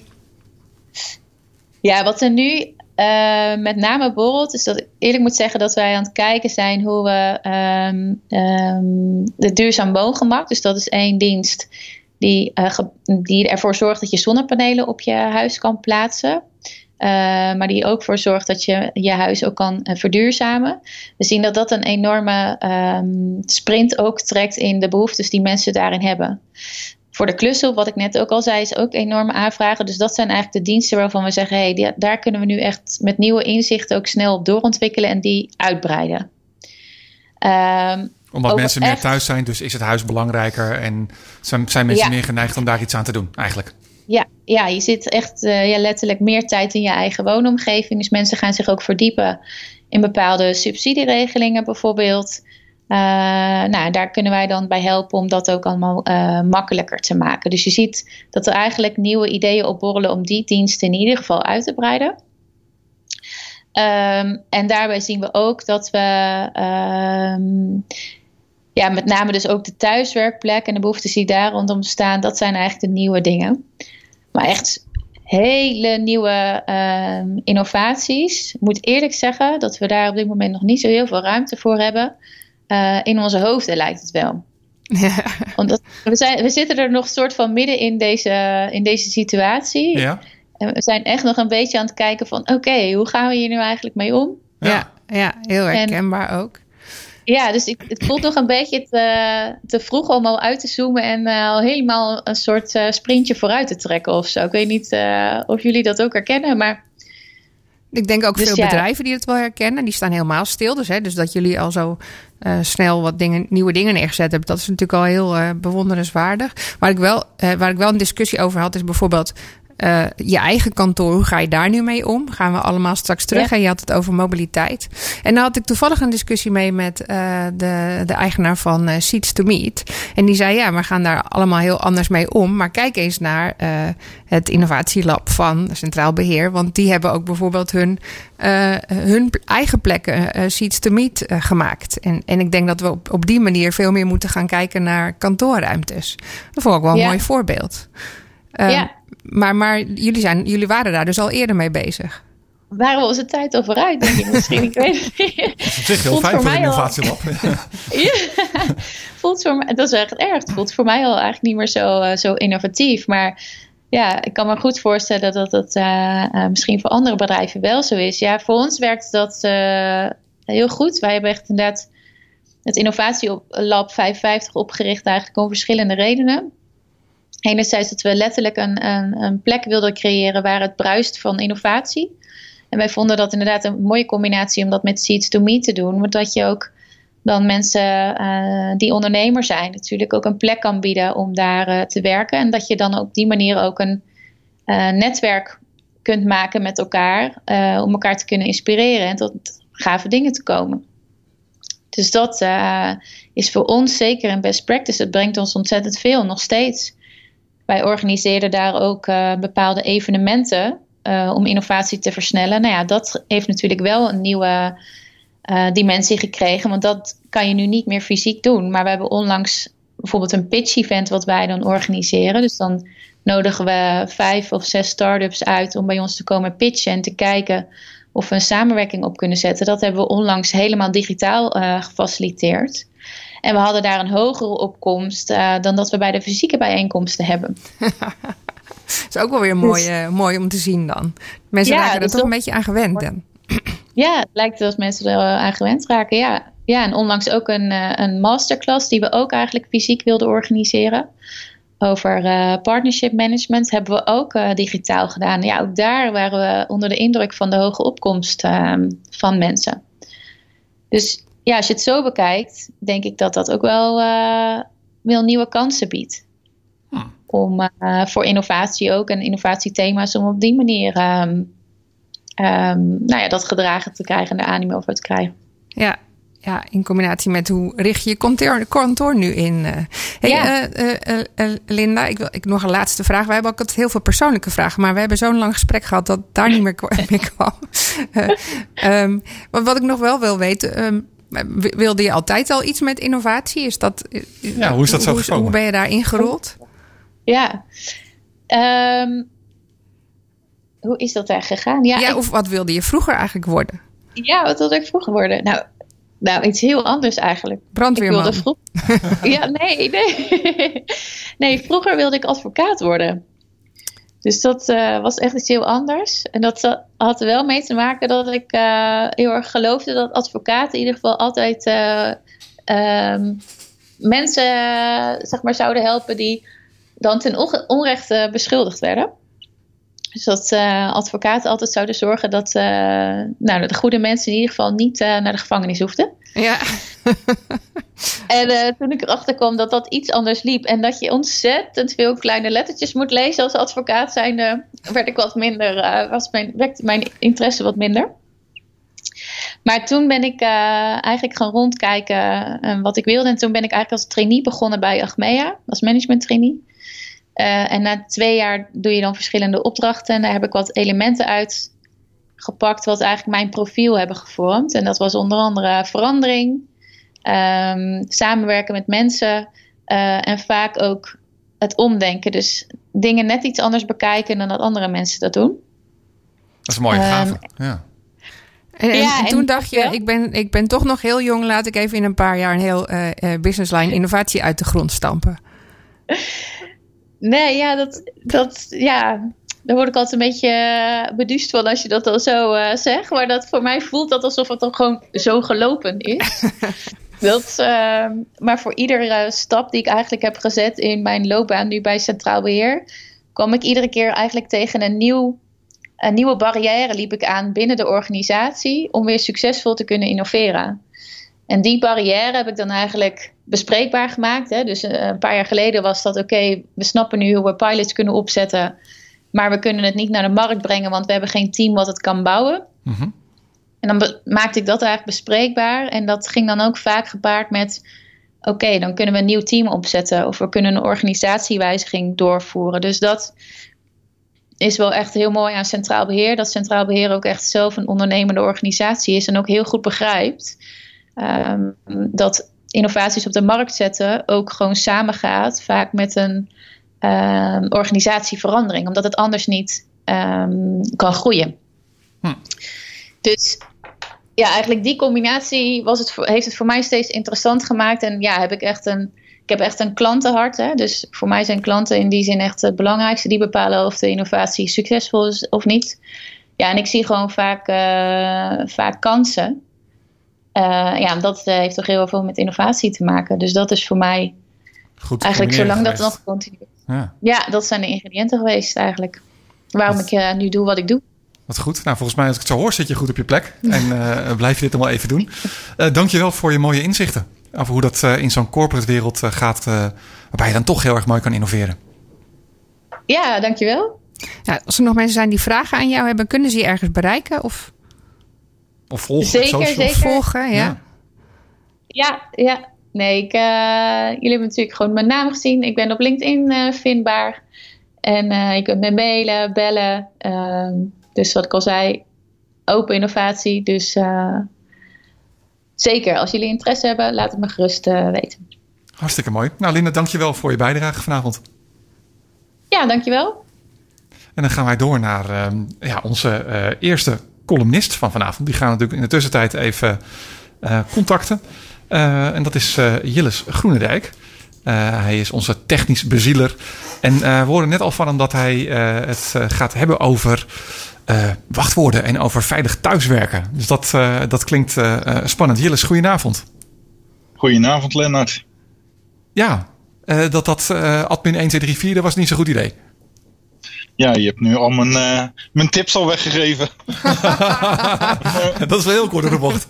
Ja, wat er nu Uh, met name borrelt, is dat ik eerlijk moet zeggen dat wij aan het kijken zijn hoe we um, um, de duurzaam woongemak, dus dat is één dienst die, uh, ge, die ervoor zorgt dat je zonnepanelen op je huis kan plaatsen. Uh, maar die ook voor zorgt dat je je huis ook kan uh, verduurzamen. We zien dat dat een enorme um, sprint ook trekt in de behoeftes die mensen daarin hebben. Voor de klussen, wat ik net ook al zei, is ook enorme aanvragen. Dus dat zijn eigenlijk de diensten waarvan we zeggen, hey, die, daar kunnen we nu echt met nieuwe inzichten ook snel op doorontwikkelen en die uitbreiden. Um, Omdat mensen meer echt thuis zijn, dus is het huis belangrijker en zijn, zijn mensen ja. meer geneigd om daar iets aan te doen eigenlijk? Ja, ja je zit echt uh, ja, letterlijk meer tijd in je eigen woonomgeving. Dus mensen gaan zich ook verdiepen in bepaalde subsidieregelingen bijvoorbeeld. Uh, nou, daar kunnen wij dan bij helpen om dat ook allemaal uh, makkelijker te maken. Dus je ziet dat er eigenlijk nieuwe ideeën opborrelen om die diensten in ieder geval uit te breiden. Um, en daarbij zien we ook dat we um, ja, met name dus ook de thuiswerkplek en de behoeftes die daar rondom staan, dat zijn eigenlijk de nieuwe dingen. Maar echt hele nieuwe um, innovaties. Ik moet eerlijk zeggen dat we daar op dit moment nog niet zo heel veel ruimte voor hebben. Uh, in onze hoofden lijkt het wel. Ja. Omdat we, zijn, we zitten er nog soort van midden in deze, in deze situatie. Ja. En we zijn echt nog een beetje aan het kijken van oké, okay, hoe gaan we hier nu eigenlijk mee om? Ja, ja, ja heel herkenbaar en, ook. Ja, dus ik, het voelt nog een beetje te, te vroeg om al uit te zoomen en uh, al helemaal een soort uh, sprintje vooruit te trekken of zo. Ik weet niet uh, of jullie dat ook herkennen, maar ik denk ook dus veel ja. bedrijven die het wel herkennen. Die staan helemaal stil. Dus, hè, dus dat jullie al zo uh, snel wat dingen, nieuwe dingen neergezet hebben. Dat is natuurlijk al heel uh, bewonderenswaardig. Waar ik, wel, uh, waar ik wel een discussie over had is bijvoorbeeld Uh, je eigen kantoor, hoe ga je daar nu mee om? Gaan we allemaal straks terug? Ja. En je had het over mobiliteit. En daar had ik toevallig een discussie mee met uh, de, de eigenaar van uh, Seats to Meet. En die zei, ja, we gaan daar allemaal heel anders mee om. Maar kijk eens naar uh, het innovatielab van Centraal Beheer. Want die hebben ook bijvoorbeeld hun, uh, hun eigen plekken, uh, Seats to Meet, uh, gemaakt. En, en ik denk dat we op, op die manier veel meer moeten gaan kijken naar kantoorruimtes. Dat vond ik wel een ja. mooi voorbeeld. Uh, ja. Maar, maar jullie, zijn, jullie waren daar dus al eerder mee bezig. Waren we onze tijd al vooruit, denk ik misschien. Ik weet het niet. Dat is op zich heel fijn voor een innovatielab. Ja, voelt voor mij, dat is echt erg. Het voelt voor mij al eigenlijk niet meer zo, uh, zo innovatief. Maar ja, ik kan me goed voorstellen dat dat uh, uh, misschien voor andere bedrijven wel zo is. Ja, voor ons werkt dat uh, heel goed. Wij hebben echt inderdaad het Innovatielab vijfenvijftig opgericht eigenlijk om verschillende redenen. Enerzijds dat we letterlijk een, een, een plek wilden creëren waar het bruist van innovatie. En en wij vonden dat inderdaad een mooie combinatie om dat met Seeds to Me te doen. Want dat je ook dan mensen uh, die ondernemer zijn natuurlijk ook een plek kan bieden om daar uh, te werken. En dat je dan op die manier ook een uh, netwerk kunt maken met elkaar. Uh, om elkaar te kunnen inspireren en tot gave dingen te komen. Dus dat uh, is voor ons zeker een best practice. Het brengt ons ontzettend veel, nog steeds. Wij organiseren daar ook uh, bepaalde evenementen uh, om innovatie te versnellen. Nou ja, dat heeft natuurlijk wel een nieuwe uh, dimensie gekregen. Want dat kan je nu niet meer fysiek doen. Maar we hebben onlangs bijvoorbeeld een pitch-event wat wij dan organiseren. Dus dan nodigen we vijf of zes start-ups uit om bij ons te komen pitchen en te kijken of we een samenwerking op kunnen zetten. Dat hebben we onlangs helemaal digitaal uh, gefaciliteerd. En we hadden daar een hogere opkomst uh, dan dat we bij de fysieke bijeenkomsten hebben. Dat is ook wel weer mooi, uh, mooi om te zien dan. Mensen ja, raken er dus toch dat... een beetje aan gewend dan. Ja, het lijkt alsof mensen er aan gewend raken, ja. Ja, en onlangs ook een, uh, een masterclass die we ook eigenlijk fysiek wilden organiseren. Over uh, partnership management hebben we ook uh, digitaal gedaan. Ja, ook daar waren we onder de indruk van de hoge opkomst uh, van mensen. Dus ja, als je het zo bekijkt, denk ik dat dat ook wel, uh, wel nieuwe kansen biedt. Hm. Om uh, voor innovatie ook en innovatiethema's om op die manier um, um, nou ja, dat gedragen te krijgen en de animo over te krijgen. Ja. Ja, in combinatie met hoe richt je je kantoor, kantoor nu in? Uh, hey, ja. uh, uh, uh, Linda, ik wil ik nog een laatste vraag. Wij hebben ook heel veel persoonlijke vragen, maar we hebben zo'n lang gesprek gehad dat daar niet meer, meer kwam. Uh, um, wat, wat ik nog wel wil weten, um, wilde je altijd al iets met innovatie? Is dat, ja, hoe is dat zo hoe, gekomen? Hoe ben je daar ingerold? Ja, um, hoe is dat daar gegaan? Ja, ja ik, of wat wilde je vroeger eigenlijk worden? Ja, wat wilde ik vroeger worden? Nou, Nou, iets heel anders eigenlijk. Brandweerman. Ik wilde vroeg... Ja, nee, nee. Nee, vroeger wilde ik advocaat worden. Dus dat uh, was echt iets heel anders. En dat had er wel mee te maken dat ik uh, heel erg geloofde dat advocaten in ieder geval altijd uh, um, mensen uh, zeg maar, zouden helpen die dan ten onrechte beschuldigd werden. Dus dat uh, advocaten altijd zouden zorgen dat uh, nou, de goede mensen in ieder geval niet uh, naar de gevangenis hoefden. Ja. En uh, toen ik erachter kwam dat dat iets anders liep en dat je ontzettend veel kleine lettertjes moet lezen als advocaat zijnde, werd ik wat minder, uh, was mijn, werd mijn interesse wat minder. Maar toen ben ik uh, eigenlijk gaan rondkijken uh, wat ik wilde. En toen ben ik eigenlijk als trainee begonnen bij Achmea, als management trainee. Uh, en na twee jaar doe je dan verschillende opdrachten. En daar heb ik wat elementen uit gepakt wat eigenlijk mijn profiel hebben gevormd. En dat was onder andere verandering, um, samenwerken met mensen uh, en vaak ook het omdenken. Dus dingen net iets anders bekijken dan dat andere mensen dat doen. Dat is een mooie gave, um, En, ja. en, ja, en toen en, dacht je, ja? ik, ben, ik ben toch nog heel jong, laat ik even in een paar jaar een heel uh, uh, businessline innovatie uit de grond stampen. Nee, ja, dat, dat, ja, daar word ik altijd een beetje beduust van als je dat al zo uh, zegt. Maar dat voor mij voelt dat alsof het dan gewoon zo gelopen is. dat, uh, maar voor iedere stap die ik eigenlijk heb gezet in mijn loopbaan nu bij Centraal Beheer, kwam ik iedere keer eigenlijk tegen een, nieuw, een nieuwe barrière liep ik aan binnen de organisatie om weer succesvol te kunnen innoveren. En die barrière heb ik dan eigenlijk bespreekbaar gemaakt. Hè? Dus een paar jaar geleden was dat oké, okay, we snappen nu hoe we pilots kunnen opzetten, maar we kunnen het niet naar de markt brengen, want we hebben geen team wat het kan bouwen. Mm-hmm. En dan be- maakte ik dat eigenlijk bespreekbaar. En dat ging dan ook vaak gepaard met oké, okay, dan kunnen we een nieuw team opzetten of we kunnen een organisatiewijziging doorvoeren. Dus dat is wel echt heel mooi aan Centraal Beheer. Dat Centraal Beheer ook echt zelf een ondernemende organisatie is en ook heel goed begrijpt um, dat innovaties op de markt zetten ook gewoon samengaat vaak met een um, organisatieverandering, omdat het anders niet um, kan groeien. Hm. Dus ja, eigenlijk die combinatie was het voor, heeft het voor mij steeds interessant gemaakt. En ja, heb ik echt een, ik heb echt een klantenhart. Hè? Dus voor mij zijn klanten in die zin echt het belangrijkste. Die bepalen of de innovatie succesvol is of niet. Ja, en ik zie gewoon vaak, uh, vaak kansen. Uh, ja, dat uh, heeft toch heel veel met innovatie te maken. Dus dat is voor mij goed eigenlijk zolang dat nog continu. Ja. ja, dat zijn de ingrediënten geweest eigenlijk. Waarom dat... ik uh, nu doe wat ik doe. Wat goed. Nou, volgens mij als ik het zo hoor zit je goed op je plek. En uh, blijf je dit allemaal even doen. Uh, Dank je wel voor je mooie inzichten. Over hoe dat uh, in zo'n corporate wereld uh, gaat. Uh, waarbij je dan toch heel erg mooi kan innoveren. Ja, dankjewel. Ja, als er nog mensen zijn die vragen aan jou hebben, kunnen ze je ergens bereiken? Of, of volgen? Zeker, of zeker. Of volgen, ja. Ja, ja. ja. Nee, ik, uh, jullie hebben natuurlijk gewoon mijn naam gezien. Ik ben op LinkedIn uh, vindbaar. En uh, je kunt me mailen, bellen. Uh, dus wat ik al zei, open innovatie. Dus uh, zeker, als jullie interesse hebben, laat het me gerust uh, weten. Hartstikke mooi. Nou, Linda, dankjewel voor je bijdrage vanavond. Ja, dankjewel. En dan gaan wij door naar uh, ja, onze uh, eerste columnist van vanavond. Die gaan we natuurlijk in de tussentijd even uh, contacten. Uh, en dat is uh, Jilles Groenendijk. Uh, hij is onze technisch bezieler. En uh, we horen net al van hem dat hij uh, het uh, gaat hebben over uh, wachtwoorden en over veilig thuiswerken. Dus dat, uh, dat klinkt uh, uh, spannend. Jilles, goedenavond. Goedenavond, Lennart. Ja, uh, dat dat uh, admin een twee drie vier, dat was niet zo'n goed idee. Ja, je hebt nu al mijn, uh, mijn tips al weggegeven. Dat is wel heel kort door de bocht.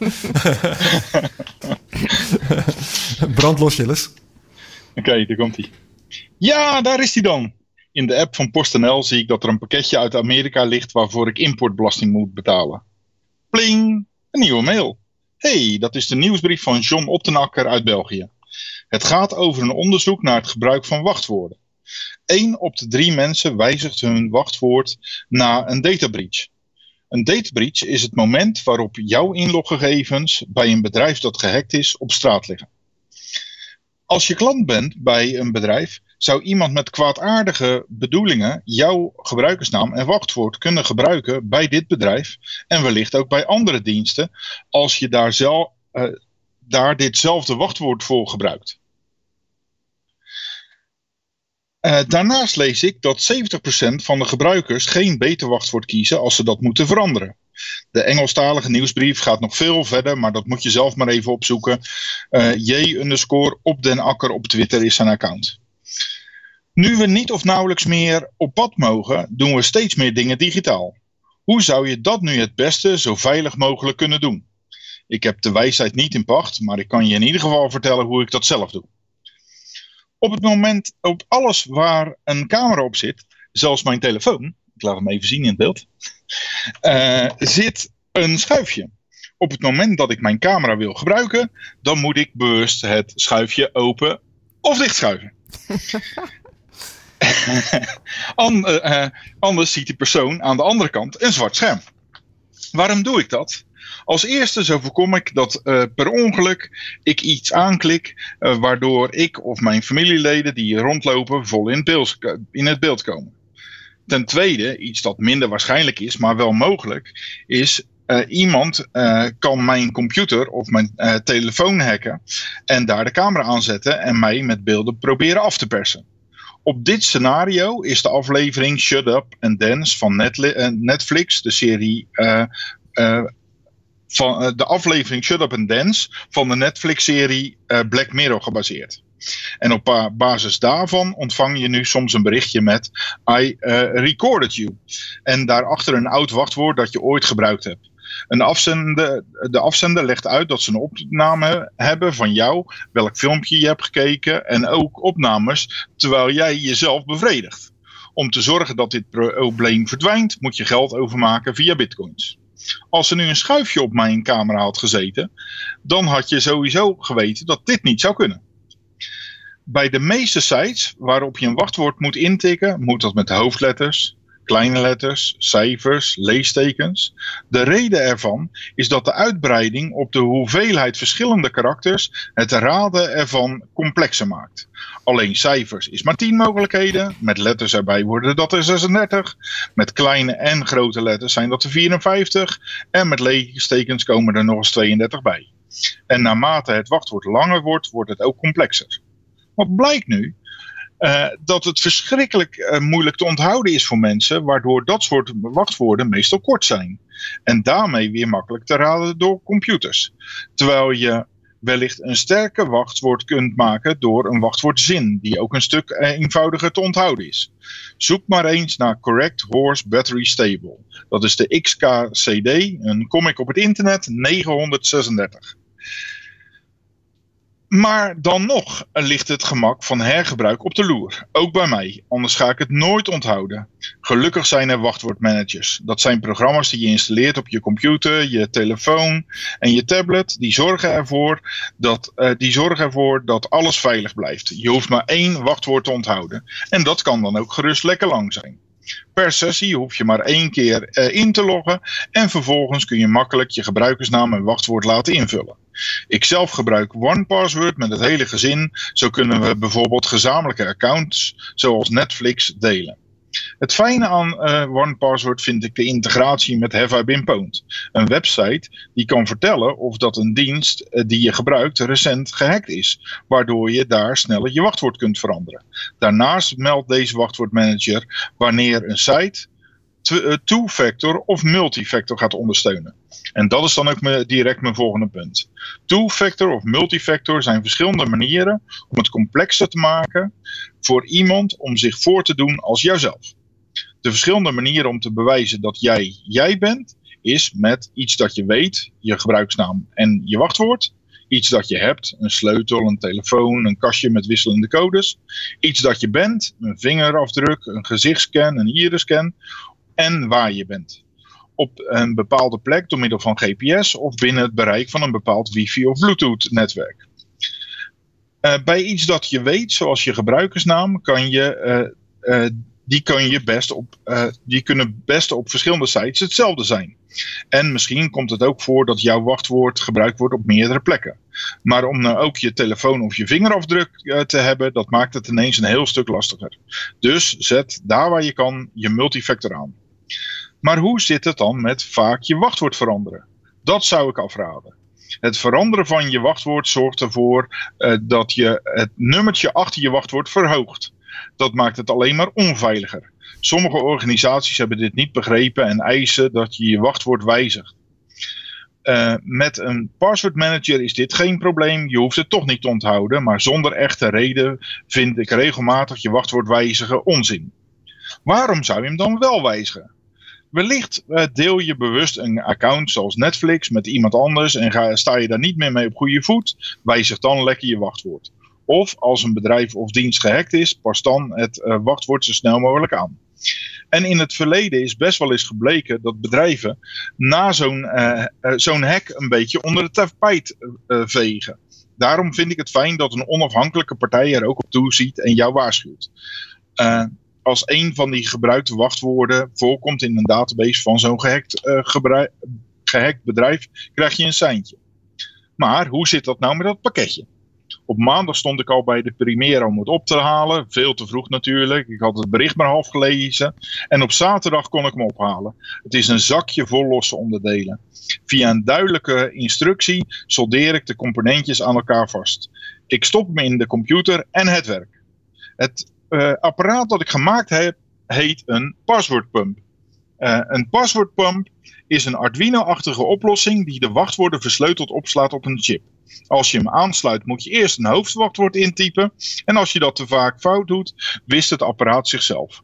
Brand los, Jilles. Oké, okay, daar komt hij. Ja, daar is hij dan. In de app van PostNL zie ik dat er een pakketje uit Amerika ligt waarvoor ik importbelasting moet betalen. Pling, een nieuwe mail. hey, dat is de nieuwsbrief van John Optenakker uit België. Het gaat over een onderzoek naar het gebruik van wachtwoorden. Eén op de drie mensen wijzigt hun wachtwoord na een databreach. Een databreach is het moment waarop jouw inloggegevens bij een bedrijf dat gehackt is op straat liggen. Als je klant bent bij een bedrijf, zou iemand met kwaadaardige bedoelingen jouw gebruikersnaam en wachtwoord kunnen gebruiken bij dit bedrijf en wellicht ook bij andere diensten als je daar, zelf, uh, daar ditzelfde wachtwoord voor gebruikt. Uh, daarnaast lees ik dat zeventig procent van de gebruikers geen beter wachtwoord kiezen als ze dat moeten veranderen. De Engelstalige nieuwsbrief gaat nog veel verder, maar dat moet je zelf maar even opzoeken. Uh, J underscore op den Akker op Twitter is zijn account. Nu we niet of nauwelijks meer op pad mogen, doen we steeds meer dingen digitaal. Hoe zou je dat nu het beste zo veilig mogelijk kunnen doen? Ik heb de wijsheid niet in pacht, maar ik kan je in ieder geval vertellen hoe ik dat zelf doe. Op het moment, op alles waar een camera op zit, zelfs mijn telefoon, ik laat hem even zien in het beeld, uh, zit een schuifje. Op het moment dat ik mijn camera wil gebruiken, dan moet ik bewust het schuifje open of dichtschuiven. And, uh, anders ziet die persoon aan de andere kant een zwart scherm. Waarom doe ik dat? Als eerste zo voorkom ik dat uh, per ongeluk ik iets aanklik uh, waardoor ik of mijn familieleden die hier rondlopen vol in het beeld, in het beeld komen. Ten tweede, iets dat minder waarschijnlijk is, maar wel mogelijk, is uh, iemand uh, kan mijn computer of mijn uh, telefoon hacken en daar de camera aanzetten en mij met beelden proberen af te persen. Op dit scenario is de aflevering Shut Up and Dance van Netflix, de serie uh, uh, van uh, de aflevering Shut Up and Dance van de Netflix-serie uh, Black Mirror gebaseerd. En op uh, basis daarvan ontvang je nu soms een berichtje met I uh, recorded you. En daarachter een oud wachtwoord dat je ooit gebruikt hebt. Een afzender, de afzender legt uit dat ze een opname hebben van jou, welk filmpje je hebt gekeken en ook opnames terwijl jij jezelf bevredigt. Om te zorgen dat dit probleem verdwijnt, moet je geld overmaken via bitcoins. Als er nu een schuifje op mijn camera had gezeten, dan had je sowieso geweten dat dit niet zou kunnen. Bij de meeste sites waarop je een wachtwoord moet intikken, moet dat met hoofdletters, kleine letters, cijfers, leestekens. De reden ervan is dat de uitbreiding op de hoeveelheid verschillende karakters het raden ervan complexer maakt. Alleen cijfers is maar tien mogelijkheden, met letters erbij worden dat er zesendertig, met kleine en grote letters zijn dat er vierenvijftig en met leestekens komen er nog eens tweeëndertig bij. En naarmate het wachtwoord langer wordt, wordt het ook complexer. Wat blijkt nu? Uh, dat het verschrikkelijk uh, moeilijk te onthouden is voor mensen, waardoor dat soort wachtwoorden meestal kort zijn. En daarmee weer makkelijk te raden door computers. Terwijl je wellicht een sterke wachtwoord kunt maken door een wachtwoordzin die ook een stuk eenvoudiger te onthouden is. Zoek maar eens naar Correct Horse Battery Stable. Dat is de X K C D, een comic op het internet, negenhonderdzesendertig. Maar dan nog ligt het gemak van hergebruik op de loer. Ook bij mij, anders ga ik het nooit onthouden. Gelukkig zijn er wachtwoordmanagers. Dat zijn programma's die je installeert op je computer, je telefoon en je tablet. Die zorgen ervoor dat, uh, die zorgen ervoor dat alles veilig blijft. Je hoeft maar één wachtwoord te onthouden. En dat kan dan ook gerust lekker lang zijn. Per sessie hoef je maar één keer uh, in te loggen en vervolgens kun je makkelijk je gebruikersnaam en wachtwoord laten invullen. Ik zelf gebruik OnePassword met het hele gezin. Zo kunnen we bijvoorbeeld gezamenlijke accounts zoals Netflix delen. Het fijne aan uh, OnePassword vind ik de integratie met Have I Been Pwned. Een website die kan vertellen of dat een dienst uh, die je gebruikt recent gehackt is. Waardoor je daar sneller je wachtwoord kunt veranderen. Daarnaast meldt deze wachtwoordmanager wanneer een site two-factor of multifactor gaat ondersteunen. En dat is dan ook me, direct mijn volgende punt. Two-factor of multifactor zijn verschillende manieren om het complexer te maken voor iemand om zich voor te doen als jouzelf. De verschillende manieren om te bewijzen dat jij jij bent is met iets dat je weet, je gebruiksnaam en je wachtwoord. Iets dat je hebt, een sleutel, een telefoon, een kastje met wisselende codes. Iets dat je bent, een vingerafdruk, een gezichtscan, een iriscan. En waar je bent. Op een bepaalde plek door middel van G P S of binnen het bereik van een bepaald wifi of bluetooth netwerk. Uh, bij iets dat je weet, zoals je gebruikersnaam, kan je, uh, uh, die, kan je best op, uh, die kunnen best op verschillende sites hetzelfde zijn. En misschien komt het ook voor dat jouw wachtwoord gebruikt wordt op meerdere plekken. Maar om nou ook je telefoon of je vingerafdruk uh, te hebben, dat maakt het ineens een heel stuk lastiger. Dus zet daar waar je kan je multifactor aan. Maar hoe zit het dan met vaak je wachtwoord veranderen? Dat zou ik afraden. Het veranderen van je wachtwoord zorgt ervoor uh, dat je het nummertje achter je wachtwoord verhoogt. Dat maakt het alleen maar onveiliger. Sommige organisaties hebben dit niet begrepen en eisen dat je je wachtwoord wijzigt. Uh, met een password manager is dit geen probleem. Je hoeft het toch niet te onthouden, maar zonder echte reden vind ik regelmatig je wachtwoord wijzigen onzin. Waarom zou je hem dan wel wijzigen? Wellicht uh, deel je bewust een account zoals Netflix met iemand anders en ga, sta je daar niet meer mee op goede voet, wijzig dan lekker je wachtwoord. Of als een bedrijf of dienst gehackt is, pas dan het uh, wachtwoord zo snel mogelijk aan. En in het verleden is best wel eens gebleken dat bedrijven na zo'n, uh, uh, zo'n hack een beetje onder het tapijt uh, vegen. Daarom vind ik het fijn dat een onafhankelijke partij er ook op toeziet en jou waarschuwt. Uh, als een van die gebruikte wachtwoorden voorkomt in een database van zo'n gehackt, uh, gebruik, gehackt bedrijf, krijg je een seintje. Maar hoe zit dat nou met dat pakketje? Op maandag stond ik al bij de Primera om het op te halen. Veel te vroeg natuurlijk. Ik had het bericht maar half gelezen. En op zaterdag kon ik hem ophalen. Het is een zakje vol losse onderdelen. Via een duidelijke instructie soldeer ik de componentjes aan elkaar vast. Ik stop hem in de computer en het werkt. Het uh, apparaat dat ik gemaakt heb heet een password pump. Uh, een password pump is een Arduino-achtige oplossing die de wachtwoorden versleuteld opslaat op een chip. Als je hem aansluit moet je eerst een hoofdwachtwoord intypen. En als je dat te vaak fout doet, wist het apparaat zichzelf.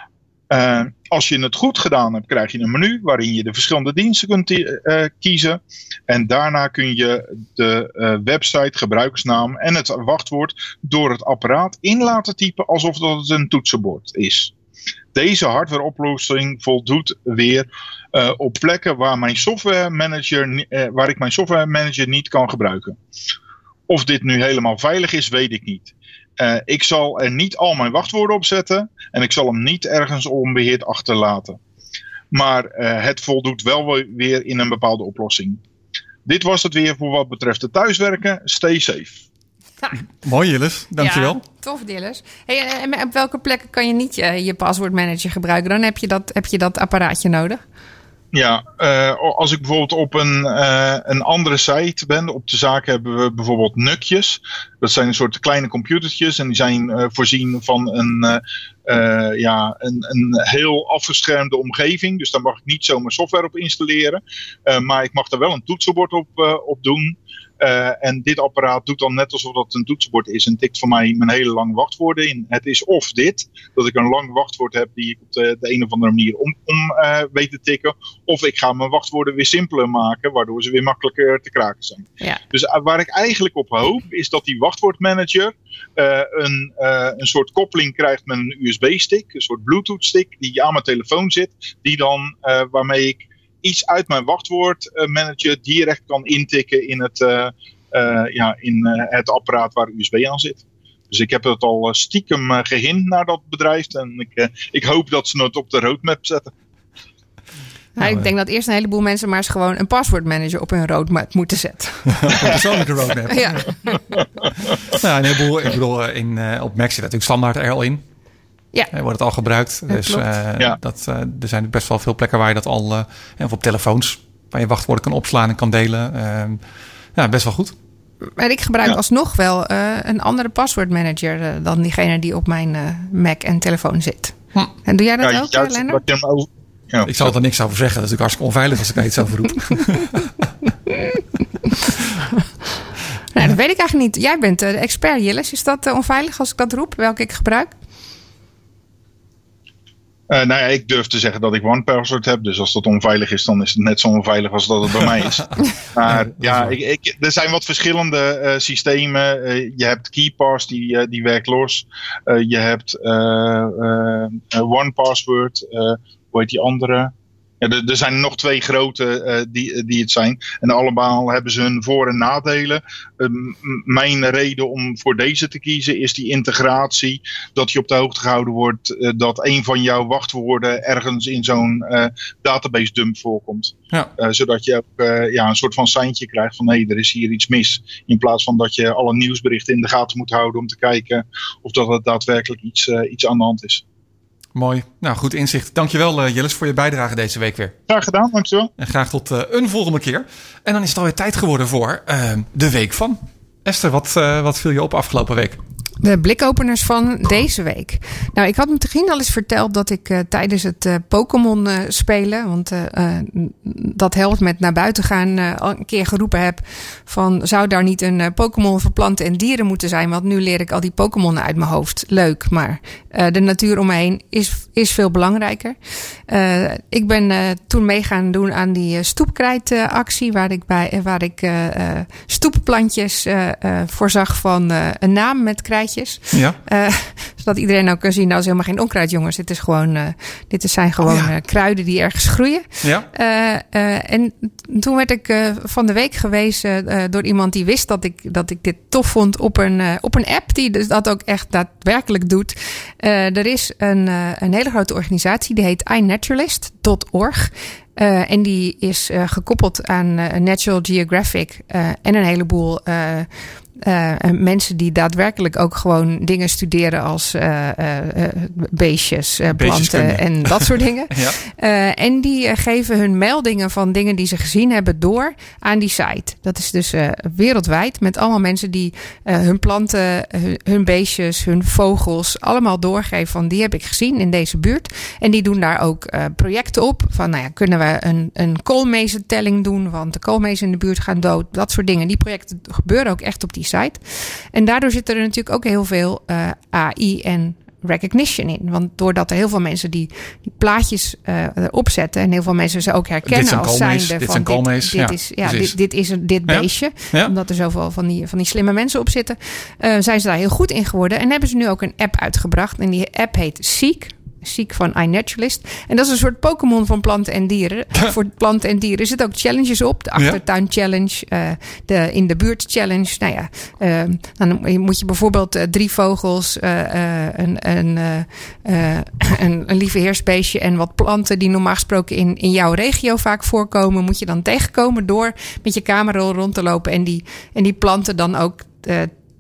Uh, als je het goed gedaan hebt, krijg je een menu waarin je de verschillende diensten kunt uh, kiezen. En daarna kun je de uh, website, gebruikersnaam en het wachtwoord door het apparaat in laten typen alsof dat het een toetsenbord is. Deze hardwareoplossing voldoet weer uh, op plekken waar, mijn software manager, uh, waar ik mijn software manager niet kan gebruiken. Of dit nu helemaal veilig is, weet ik niet. Uh, ik zal er niet al mijn wachtwoorden op zetten en ik zal hem niet ergens onbeheerd achterlaten. Maar uh, het voldoet wel weer in een bepaalde oplossing. Dit was het weer voor wat betreft het thuiswerken. Stay safe. Ha. Mooi, Jilles. Dankjewel. Ja, tof, Jilles. Hey, en op welke plekken kan je niet je, je passwordmanager gebruiken? Dan heb je dat, heb je dat apparaatje nodig. Ja, uh, als ik bijvoorbeeld op een, uh, een andere site ben, op de zaak hebben we bijvoorbeeld nukjes. Dat zijn een soort kleine computertjes en die zijn uh, voorzien van een, uh, uh, ja, een, een heel afgeschermde omgeving. Dus daar mag ik niet zomaar software op installeren. Uh, maar ik mag daar wel een toetsenbord op, uh, op doen. Uh, en dit apparaat doet dan net alsof dat een toetsenbord is en tikt voor mij mijn hele lange wachtwoorden in. Het is of dit, dat ik een lang wachtwoord heb die ik op de, de een of andere manier om, om uh, weet te tikken. Of ik ga mijn wachtwoorden weer simpeler maken, waardoor ze weer makkelijker te kraken zijn. Ja. Dus uh, waar ik eigenlijk op hoop, is dat die wachtwoordmanager uh, een, uh, een soort koppeling krijgt met een U S B-stick, een soort Bluetooth-stick die aan mijn telefoon zit, die dan, uh, waarmee ik iets uit mijn wachtwoordmanager direct kan intikken in het, uh, uh, ja, in, uh, het apparaat waar U S B aan zit. Dus ik heb het al stiekem uh, gehint naar dat bedrijf. En ik, uh, ik hoop dat ze het op de roadmap zetten. Nou, ik denk dat eerst een heleboel mensen maar eens gewoon een paswoordmanager op hun roadmap moeten zetten. Een persoonlijke roadmap. Ja. Nou, een heleboel, ik bedoel, in, uh, op Mac zit natuurlijk standaard R L in. Ja. Er wordt het al gebruikt. Ja, dus uh, ja. dat, uh, er zijn best wel veel plekken waar je dat al... Uh, of op telefoons, waar je wachtwoorden kan opslaan en kan delen. Uh, ja, best wel goed. Maar ik gebruik ja. alsnog wel uh, een andere paswoordmanager uh, dan diegene die op mijn uh, Mac en telefoon zit. Hm. En doe jij dat Ja, ook, juist Lennart? omdat je hem over- Ja. Ik zal er niks over zeggen. Dat is natuurlijk hartstikke onveilig als ik daar iets over roep. Nou, dat weet ik eigenlijk niet. Jij bent uh, de expert, Jilles. Is dat uh, onveilig als ik dat roep, welke ik gebruik? Uh, nou ja, ik durf te zeggen dat ik OnePassword heb. Dus als dat onveilig is, dan is het net zo onveilig als dat het bij mij is. Maar ja, ik, ik, er zijn wat verschillende uh, systemen. Uh, je hebt KeePass, die, uh, die werkt los. Uh, je hebt uh, uh, uh, OnePassword. Uh, hoe heet die andere? Ja, er, er zijn nog twee grote uh, die, die het zijn. En allemaal hebben ze hun voor- en nadelen. Uh, m- mijn reden om voor deze te kiezen is die integratie. Dat je op de hoogte gehouden wordt uh, dat een van jouw wachtwoorden ergens in zo'n uh, database dump voorkomt. Ja. Uh, zodat je ook uh, ja, een soort van seintje krijgt van hé, er is hier iets mis. In plaats van dat je alle nieuwsberichten in de gaten moet houden om te kijken of dat er daadwerkelijk iets, uh, iets aan de hand is. Mooi. Nou, goed inzicht. Dankjewel uh, Jilles voor je bijdrage deze week weer. Graag gedaan, dankjewel. En graag tot uh, een volgende keer. En dan is het alweer tijd geworden voor uh, de week van. Esther, wat, uh, wat viel je op afgelopen week? De blikopeners van deze week. Nou, ik had misschien al eens verteld dat ik uh, tijdens het uh, Pokémon uh, spelen, want uh, uh, dat helpt met naar buiten gaan, uh, al een keer geroepen heb van zou daar niet een uh, Pokémon voor planten en dieren moeten zijn? Want nu leer ik al die Pokémon uit mijn hoofd. Leuk, maar uh, de natuur om me heen is, is veel belangrijker. Uh, ik ben uh, toen mee gaan doen aan die uh, stoepkrijtactie, uh, waar ik bij uh, waar ik uh, uh, stoepplantjes uh, uh, voorzag van uh, een naam met krijt. Ja. Uh, zodat iedereen nou kan zien, nou is helemaal geen onkruid, jongens. Dit is gewoon, uh, dit zijn gewoon oh, ja. uh, kruiden die ergens groeien. Ja. Uh, uh, en toen werd ik uh, van de week gewezen uh, door iemand die wist dat ik, dat ik dit tof vond op een, uh, op een app die dus dat ook echt daadwerkelijk doet. Uh, er is een, uh, een hele grote organisatie, die heet i naturalist dot org. Uh, en die is uh, gekoppeld aan uh, Natural Geographic uh, en een heleboel uh, Uh, mensen die daadwerkelijk ook gewoon dingen studeren als uh, uh, beestjes, uh, planten en dat soort dingen. Ja. Uh, en die uh, geven hun meldingen van dingen die ze gezien hebben door aan die site. Dat is dus uh, wereldwijd met allemaal mensen die uh, hun planten, hun, hun beestjes, hun vogels allemaal doorgeven van die heb ik gezien in deze buurt. En die doen daar ook uh, projecten op van nou ja, kunnen we een, een koolmezentelling doen, want de koolmezen in de buurt gaan dood. Dat soort dingen. Die projecten gebeuren ook echt op die site. En daardoor zit er natuurlijk ook heel veel uh, A I en recognition in. Want doordat er heel veel mensen die, die plaatjes uh, erop zetten en heel veel mensen ze ook herkennen als zijnde dit van dit, dit, ja, is, ja, dit, dit is een, dit beestje. Ja. Ja. Omdat er zoveel van die, van die slimme mensen op zitten. Uh, zijn ze daar heel goed in geworden. En hebben ze nu ook een app uitgebracht. En die app heet Seek. Seek van iNaturalist. En dat is een soort Pokémon van planten en dieren. Voor planten en dieren zitten ook challenges op. De achtertuin challenge, uh, de in de buurt challenge. Nou ja, uh, dan moet je bijvoorbeeld uh, drie vogels, uh, uh, een, een, uh, uh, een, een lieve heersbeestje en wat planten die normaal gesproken in, in jouw regio vaak voorkomen, moet je dan tegenkomen door met je camera rond te lopen en die, en die planten dan ook uh,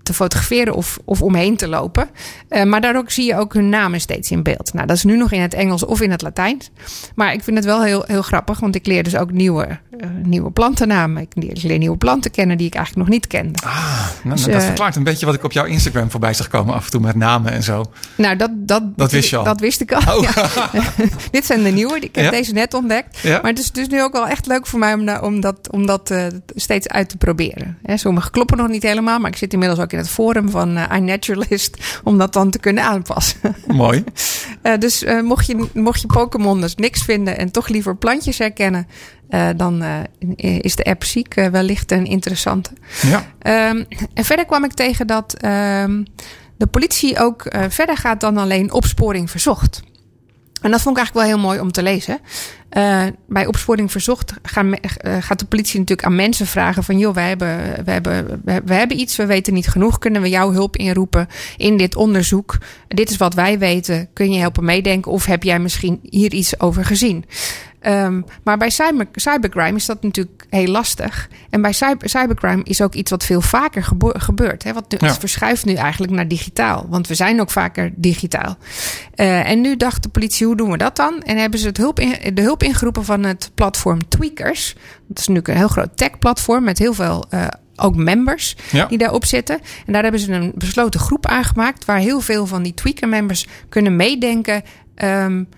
te fotograferen of, of omheen te lopen. Uh, maar daardoor zie je ook hun namen steeds in beeld. Nou, dat is nu nog in het Engels of in het Latijns. Maar ik vind het wel heel, heel grappig, want ik leer dus ook nieuwe, uh, nieuwe plantennamen. Ik leer, ik leer nieuwe planten kennen die ik eigenlijk nog niet kende. Ah, nou, dus, dat uh, verklaart een beetje wat ik op jouw Instagram voorbij zag komen af en toe met namen en zo. Nou, dat, dat, dat wist je al. Dat wist ik al. Oh. Ja. Dit zijn de nieuwe. Ik heb ja? deze net ontdekt. Ja? Maar het is dus nu ook wel echt leuk voor mij om, om dat, om dat uh, steeds uit te proberen. He, sommige kloppen nog niet helemaal, maar ik zit inmiddels ook in het forum van uh, iNaturalist om dat dan te kunnen aanpassen. Mooi. uh, dus uh, mocht je, mocht je Pokémon dus niks vinden en toch liever plantjes herkennen, Uh, dan uh, is de app Ziek uh, wellicht een interessante. Ja. Um, en verder kwam ik tegen dat um, de politie ook uh, verder gaat dan alleen opsporing verzocht. En dat vond ik eigenlijk wel heel mooi om te lezen. Uh, bij opsporing verzocht gaan, uh, gaat de politie natuurlijk aan mensen vragen van joh, we hebben, we, hebben, we, we hebben iets, we weten niet genoeg. Kunnen we jouw hulp inroepen in dit onderzoek? Dit is wat wij weten. Kun je helpen meedenken? Of heb jij misschien hier iets over gezien? Um, maar bij cyber, cybercrime is dat natuurlijk heel lastig. En bij cyber, cybercrime is ook iets wat veel vaker gebo- gebeurt. Hè? Wat nu, ja. Het verschuift nu eigenlijk naar digitaal. Want we zijn ook vaker digitaal. Uh, en nu dacht de politie, hoe doen we dat dan? En hebben ze het hulp in, de hulp ingeroepen van het platform Tweakers. Dat is natuurlijk een heel groot tech-platform met heel veel uh, ook members ja. die daarop zitten. En daar hebben ze een besloten groep aangemaakt waar heel veel van die Tweaker-members kunnen meedenken Um,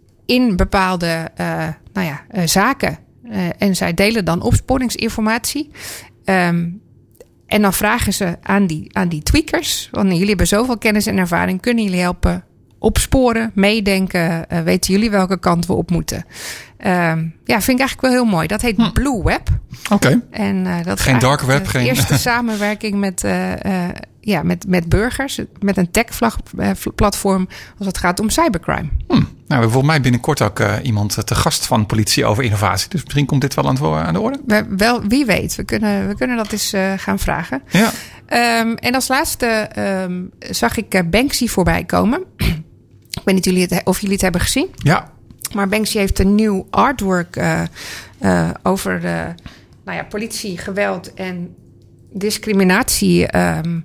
in bepaalde uh, nou ja, uh, zaken. Uh, en zij delen dan opsporingsinformatie. Um, en dan vragen ze aan die, aan die tweakers, want jullie hebben zoveel kennis en ervaring, kunnen jullie helpen opsporen, meedenken, uh, weten jullie welke kant we op moeten? Um, ja, vind ik eigenlijk wel heel mooi. Dat heet hm. Blue Web. Oké. Okay. En uh, dat geen is dark web, de geen eerste samenwerking met, uh, uh, ja, met, met burgers, met een tech-platform als het gaat om cybercrime. Hm. Nou, we hebben volgens mij binnenkort ook uh, iemand te gast van politie over innovatie. Dus misschien komt dit wel aan, het, aan de orde. We, wel, wie weet. We kunnen, we kunnen dat eens uh, gaan vragen. Ja. Um, en als laatste um, zag ik uh, Banksy voorbij komen. Ik weet niet jullie het, of jullie het hebben gezien. Ja. Maar Banksy heeft een nieuw artwork uh, uh, over de, nou ja, politie, geweld en discriminatie. Um,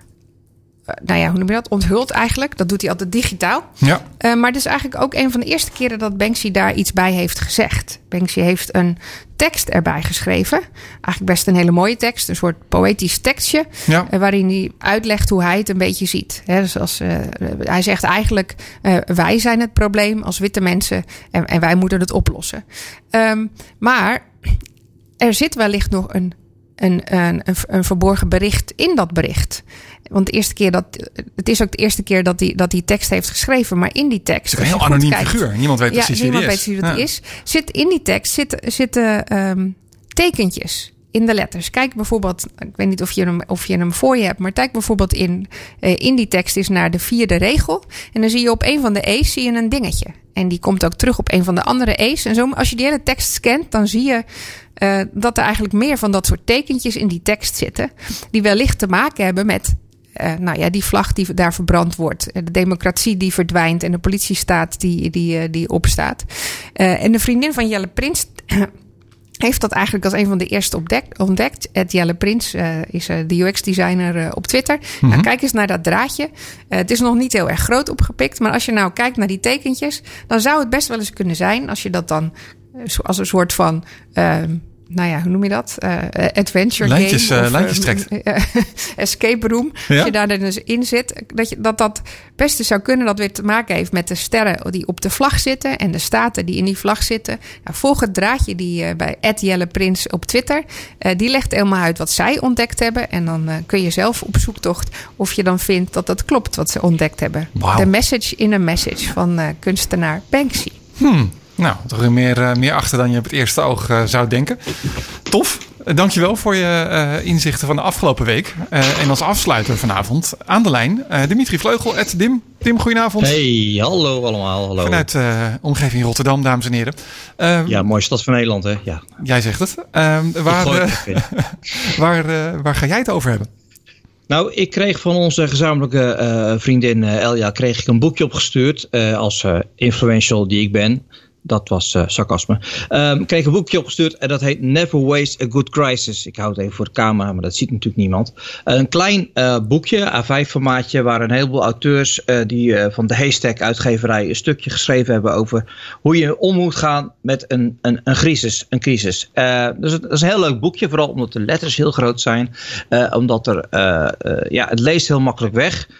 nou ja, hoe noem je dat? Onthuld eigenlijk. Dat doet hij altijd digitaal. Ja. Uh, maar het is eigenlijk ook een van de eerste keren dat Banksy daar iets bij heeft gezegd. Banksy heeft een tekst erbij geschreven. Eigenlijk best een hele mooie tekst. Een soort poëtisch tekstje. Ja. Uh, waarin hij uitlegt hoe hij het een beetje ziet. He, dus als, uh, hij zegt eigenlijk, uh, wij zijn het probleem als witte mensen. En, en wij moeten het oplossen. Um, maar er zit wellicht nog een Een, een, een verborgen bericht in dat bericht. Want de eerste keer dat, het is ook de eerste keer dat hij dat die tekst heeft geschreven. Maar in die tekst. Het is een heel anoniem kijkt, figuur. Niemand weet ja, precies wie niemand die weet wie dat ja. die is. Zit in die tekst zitten, zitten um, tekentjes in de letters. Kijk bijvoorbeeld, ik weet niet of je hem, of je hem voor je hebt, maar kijk bijvoorbeeld in, uh, in die tekst is naar de vierde regel. En dan zie je op een van de E's zie je een dingetje. En die komt ook terug op een van de andere E's. En zo, als je die hele tekst scant, dan zie je uh, dat er eigenlijk meer van dat soort tekentjes in die tekst zitten. Die wellicht te maken hebben met uh, nou ja, die vlag die daar verbrand wordt. De democratie die verdwijnt en de politiestaat die, die, uh, die opstaat. Uh, en de vriendin van Jelle Prins heeft dat eigenlijk als een van de eerste ontdekt. ontdekt. Ed Jelle Prins uh, is uh, de U X-designer uh, op Twitter. Mm-hmm. Nou, kijk eens naar dat draadje. Uh, het is nog niet heel erg groot opgepikt. Maar als je nou kijkt naar die tekentjes, dan zou het best wel eens kunnen zijn, als je dat dan uh, als een soort van Uh, nou ja, hoe noem je dat? Uh, adventure lijntjes, game. Uh, of, lijntjes trekt. Uh, uh, escape room. Ja? Als je daar dus in zit. Dat, je, dat dat best zou kunnen dat weer te maken heeft met de sterren die op de vlag zitten. En de staten die in die vlag zitten. Nou, volg het draadje die uh, bij Ed Jelle Prins op Twitter. Uh, die legt helemaal uit wat zij ontdekt hebben. En dan uh, kun je zelf op zoektocht of je dan vindt dat dat klopt wat ze ontdekt hebben. Wow. The message in a message van uh, kunstenaar Banksy. Hmm. Nou, toch meer, uh, meer achter dan je op het eerste oog uh, zou denken. Tof. Uh, dankjewel voor je uh, inzichten van de afgelopen week. Uh, en als afsluiter vanavond aan de lijn uh, Dimitri Vleugel, at Dim. Dim, goedenavond. Hey, hallo allemaal. Hallo. Vanuit de uh, omgeving Rotterdam, dames en heren. Uh, ja, mooie stad van Nederland, hè? Ja. Jij zegt het. Uh, waar, uh, waar, uh, waar ga jij het over hebben? Nou, ik kreeg van onze gezamenlijke uh, vriendin uh, Elja kreeg ik een boekje opgestuurd uh, als uh, influential die ik ben. dat was uh, sarcasme. Um, ik kreeg een boekje opgestuurd en dat heet Never Waste a Good Crisis. Ik hou het even voor de camera, maar dat ziet natuurlijk niemand. Uh, een klein uh, boekje, A vijf formaatje, waar een heleboel auteurs uh, die uh, van de Haystack uitgeverij een stukje geschreven hebben over hoe je om moet gaan met een, een, een crisis. Een crisis. Uh, dus het, dat is een heel leuk boekje, vooral omdat de letters heel groot zijn. Uh, omdat er, uh, uh, ja, het leest heel makkelijk weg.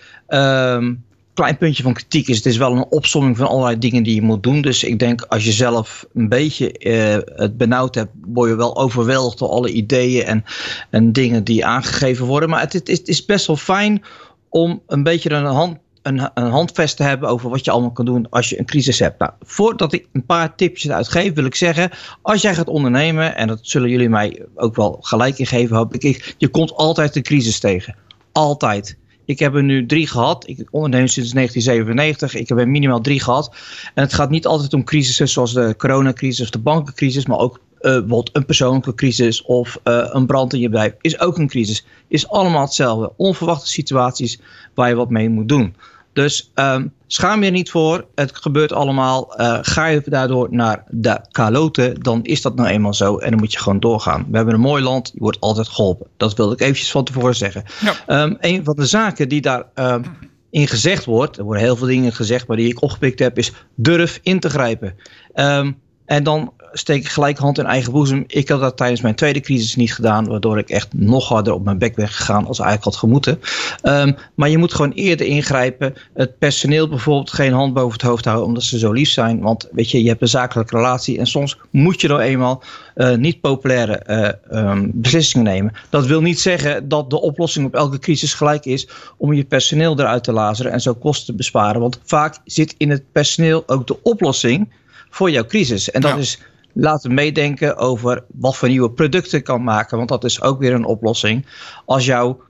Um, Klein puntje van kritiek is, het is wel een opsomming van allerlei dingen die je moet doen. Dus ik denk als je zelf een beetje uh, het benauwd hebt, word je wel overweldigd door alle ideeën en, en dingen die aangegeven worden. Maar het, het, is, het is best wel fijn om een beetje een, hand, een, een handvest te hebben over wat je allemaal kan doen als je een crisis hebt. Nou, voordat ik een paar tipjes uitgeef, wil ik zeggen, als jij gaat ondernemen, en dat zullen jullie mij ook wel gelijk in geven, hoop ik, je komt altijd een crisis tegen. Altijd. Ik heb er nu drie gehad. Ik onderneem sinds negentien zevenennegentig. Ik heb er minimaal drie gehad. En het gaat niet altijd om crisissen zoals de coronacrisis of de bankencrisis. Maar ook uh, bijvoorbeeld een persoonlijke crisis of uh, een brand in je bedrijf is ook een crisis. Is allemaal hetzelfde. Onverwachte situaties waar je wat mee moet doen. Dus um, schaam je er niet voor. Het gebeurt allemaal. Uh, ga je daardoor naar de kaloten, dan is dat nou eenmaal zo. En dan moet je gewoon doorgaan. We hebben een mooi land. Je wordt altijd geholpen. Dat wilde ik eventjes van tevoren zeggen. Ja. Um, een van de zaken die daar um, in gezegd wordt. Er worden heel veel dingen gezegd, maar die ik opgepikt heb, is durf in te grijpen. Um, en dan steek ik gelijk hand in eigen boezem. Ik had dat tijdens mijn tweede crisis niet gedaan, waardoor ik echt nog harder op mijn bek ben gegaan als eigenlijk had gemoeten. Um, maar je moet gewoon eerder ingrijpen. Het personeel bijvoorbeeld geen hand boven het hoofd houden omdat ze zo lief zijn. Want weet je, je hebt een zakelijke relatie en soms moet je nou eenmaal uh, niet populaire uh, um, beslissingen nemen. Dat wil niet zeggen dat de oplossing op elke crisis gelijk is om je personeel eruit te lazeren en zo kosten te besparen. Want vaak zit in het personeel ook de oplossing voor jouw crisis. En dat ja. is laten meedenken over wat voor nieuwe producten kan maken. Want dat is ook weer een oplossing. Als, jouw,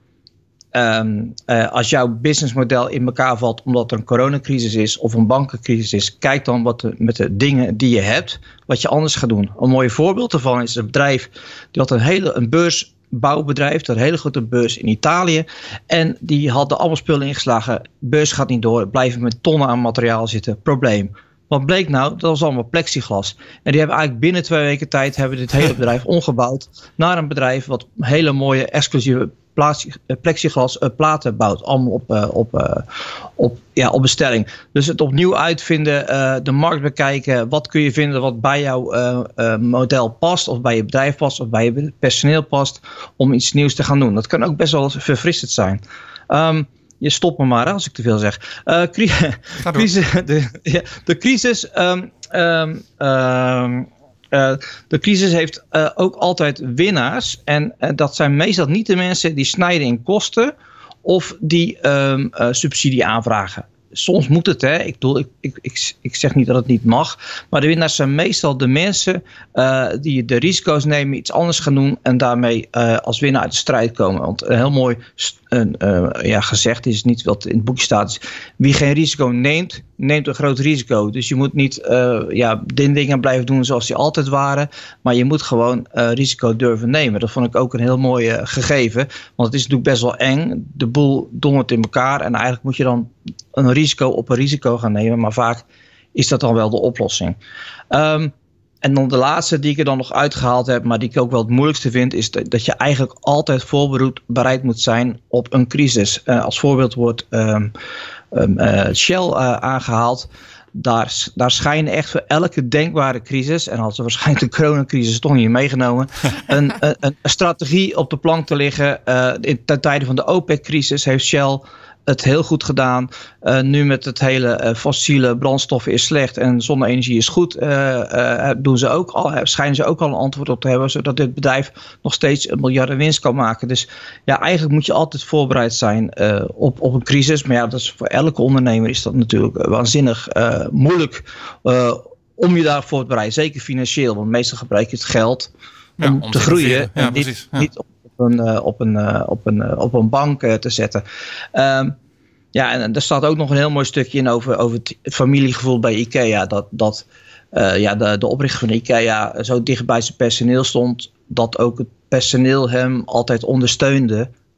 um, uh, als jouw businessmodel in elkaar valt omdat er een coronacrisis is of een bankencrisis is, kijk dan wat de, met de dingen die je hebt, wat je anders gaat doen. Een mooi voorbeeld daarvan is een bedrijf die had een hele een beurs. Bouwbedrijf, een hele grote beurs in Italië. En die hadden allemaal spullen ingeslagen. Beurs gaat niet door. Blijven met tonnen aan materiaal zitten. Probleem. Wat bleek nou? Dat was allemaal plexiglas. En die hebben eigenlijk binnen twee weken tijd hebben dit hele bedrijf omgebouwd naar een bedrijf wat hele mooie exclusieve plexiglas uh, platen bouwt. Allemaal op, uh, op, uh, op, ja, op bestelling. Dus het opnieuw uitvinden, uh, de markt bekijken. Wat kun je vinden wat bij jouw uh, uh, model past. Of bij je bedrijf past. Of bij je personeel past. Om iets nieuws te gaan doen. Dat kan ook best wel verfrissend zijn. Um, Je stopt me maar als ik te veel zeg. Uh, cri- crisis, de, ja, de crisis. Um, um, um, uh, de crisis heeft uh, ook altijd winnaars. En uh, dat zijn meestal niet de mensen die snijden in kosten of die um, uh, subsidie aanvragen. Soms moet het, hè. Ik, bedoel, ik, ik, ik, ik zeg niet dat het niet mag. Maar de winnaars zijn meestal de mensen uh, die de risico's nemen, iets anders gaan doen en daarmee uh, als winnaar uit de strijd komen. Want een heel mooi uh, uh, ja, gezegd is niet wat in het boekje staat. Is, wie geen risico neemt, neemt een groot risico. Dus je moet niet uh, ja, de dingen blijven doen zoals die altijd waren. Maar je moet gewoon uh, risico durven nemen. Dat vond ik ook een heel mooi uh, gegeven. Want het is natuurlijk best wel eng. De boel dondert in elkaar. En eigenlijk moet je dan een risico op een risico gaan nemen. Maar vaak is dat dan wel de oplossing. Um, en dan de laatste die ik er dan nog uitgehaald heb, maar die ik ook wel het moeilijkste vind, is dat, dat je eigenlijk altijd voorbereid moet zijn op een crisis. Uh, als voorbeeld wordt um, um, uh, Shell uh, aangehaald. Daar, daar schijnen echt voor elke denkbare crisis, en hadden ze waarschijnlijk de coronacrisis toch niet meegenomen, een, een, een strategie op de plank te liggen. Uh, in, ten tijde van de OPEC-crisis heeft Shell het heel goed gedaan. Uh, nu met het hele uh, fossiele brandstoffen is slecht en zonne-energie is goed. Uh, uh, doen ze ook al, schijnen ze ook al een antwoord op te hebben, zodat dit bedrijf nog steeds een miljarden winst kan maken. Dus ja, eigenlijk moet je altijd voorbereid zijn uh, op, op een crisis. Maar ja, dat is voor elke ondernemer is dat natuurlijk waanzinnig uh, moeilijk uh, om je daarvoor te bereiden. Zeker financieel, want meestal gebruik je het geld om, ja, om te groeien. Ja, en niet, ja. niet op Een, uh, op, een, uh, op, een, uh, op een bank uh, te zetten. Um, ja, en er staat ook nog een heel mooi stukje in over, over het familiegevoel bij IKEA. Dat, dat uh, ja, de, de oprichter van IKEA zo dicht bij zijn personeel stond, dat ook het personeel hem altijd ondersteunde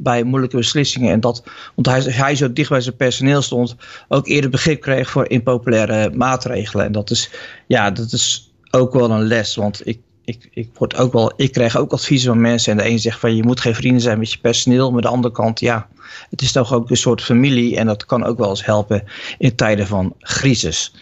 bij moeilijke beslissingen. En dat, want hij, hij zo dicht bij zijn personeel stond, ook eerder begrip kreeg voor impopulaire maatregelen. En dat is, ja, dat is ook wel een les. Want ik, ik, ik, word ook wel, ik krijg ook adviezen van mensen. En de een zegt van je moet geen vrienden zijn met je personeel. Maar de andere kant, ja, het is toch ook een soort familie. En dat kan ook wel eens helpen in tijden van crisis.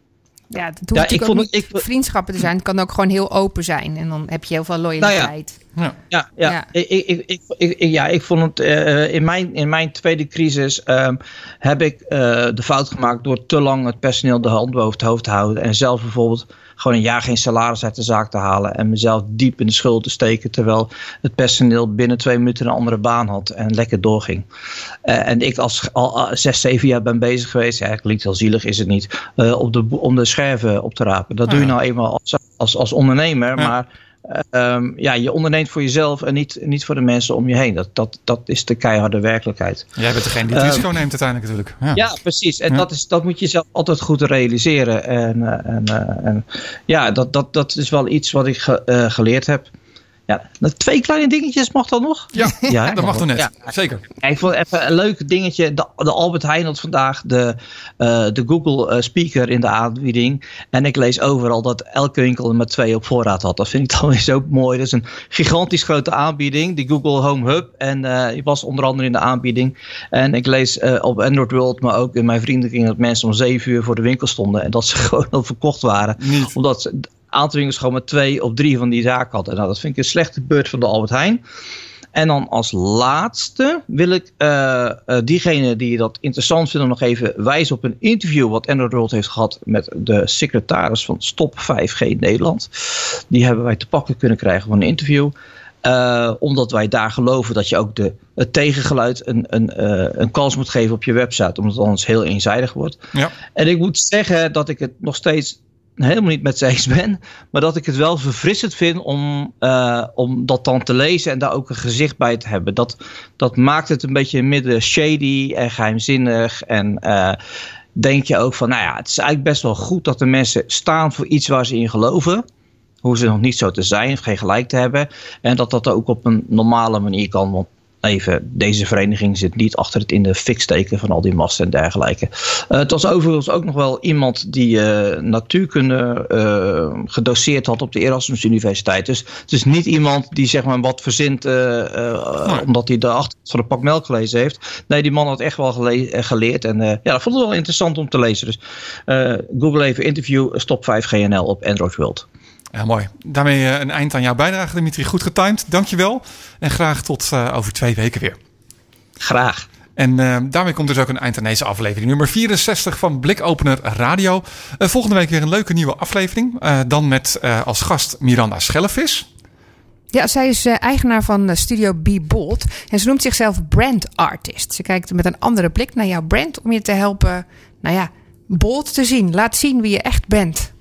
Ja, het hoeft ja, natuurlijk ook niet ik, vriendschappen te zijn. Het kan ook gewoon heel open zijn. En dan heb je heel veel loyaliteit. Nou ja, ja, ja, ja. Ik, ik, ik, ik, ik, ja, ik vond het uh, in, mijn, in mijn tweede crisis um, heb ik uh, de fout gemaakt door te lang het personeel de hand boven het hoofd te houden. En zelf bijvoorbeeld gewoon een jaar geen salaris uit de zaak te halen. En mezelf diep in de schuld te steken. Terwijl het personeel binnen twee minuten een andere baan had. En lekker doorging. Uh, en ik als al uh, zes, zeven jaar ben bezig geweest. Ja, het klinkt heel zielig, is het niet. Uh, op de, om de scherven op te rapen. Dat ah, doe je nou eenmaal als, als, als ondernemer. Ja. Maar um, ja, je onderneemt voor jezelf. En niet, niet voor de mensen om je heen. Dat, dat, dat is de keiharde werkelijkheid. Jij bent degene die het risico uh, neemt uiteindelijk natuurlijk. Ja, ja precies. En ja. dat, is, dat moet je zelf altijd goed realiseren. En, uh, en, uh, en ja, dat, dat, dat is wel iets wat ik ge, uh, geleerd heb. Ja, twee kleine dingetjes mag dat nog? Ja, ja dat mag toch net. Ja. Zeker. Ja, ik vond even een leuk dingetje. De, de Albert Heijn had vandaag de, uh, de Google uh, speaker in de aanbieding. En ik lees overal dat elke winkel er maar twee op voorraad had. Dat vind ik dan weer zo mooi. Dat is een gigantisch grote aanbieding. Die Google Home Hub. En uh, die was onder andere in de aanbieding. En ik lees uh, op Android World, maar ook in mijn vriendenkring, dat mensen om zeven uur voor de winkel stonden. En dat ze gewoon al verkocht waren. Niet. Omdat ze aantal winkels gewoon maar twee of drie van die zaken hadden. Nou, dat vind ik een slechte beurt van de Albert Heijn. En dan als laatste wil ik uh, uh, diegene die dat interessant vinden nog even wijzen op een interview wat Android World heeft gehad met de secretaris van Stop vijf G Nederland. Die hebben wij te pakken kunnen krijgen van een interview. Uh, omdat wij daar geloven dat je ook de, het tegengeluid een, een, uh, een kans moet geven op je website. Omdat het anders heel eenzijdig wordt. Ja. En ik moet zeggen dat ik het nog steeds helemaal niet met ze eens ben. Maar dat ik het wel verfrissend vind om, uh, om dat dan te lezen en daar ook een gezicht bij te hebben. Dat, dat maakt het een beetje midden shady en geheimzinnig. En uh, denk je ook van, nou ja, het is eigenlijk best wel goed dat de mensen staan voor iets waar ze in geloven. Hoe ze nog niet zo te zijn of geen gelijk te hebben. En dat dat ook op een normale manier kan. Want even, deze vereniging zit niet achter het in de fik steken van al die masten en dergelijke. Uh, het was overigens ook nog wel iemand die uh, natuurkunde uh, gedoseerd had op de Erasmus Universiteit. Dus het is niet iemand die zeg maar wat verzint uh, uh, nee. omdat hij de achterkant van de pak melk gelezen heeft. Nee, die man had echt wel gele- geleerd. En uh, ja, dat vond ik wel interessant om te lezen. Dus uh, Google even interview Stop vijf G N L op Android World. Ja, mooi. Daarmee uh, een eind aan jouw bijdrage, Dimitri. Goed getimed. Dankjewel. En graag tot uh, over twee weken weer. Graag. En uh, daarmee komt dus ook een eind aan deze aflevering. Nummer vierenzestig van Blikopener Radio. Uh, volgende week weer een leuke nieuwe aflevering. Uh, dan met uh, als gast Miranda Schellevis. Ja, zij is uh, eigenaar van uh, Studio Be Bold. En ze noemt zichzelf brand artist. Ze kijkt met een andere blik naar jouw brand om je te helpen, nou ja, bold te zien. Laat zien wie je echt bent.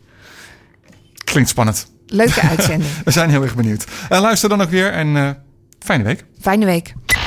Klinkt spannend. Leuke uitzending. We zijn heel erg benieuwd. Uh, luister dan ook weer en uh, fijne week. Fijne week.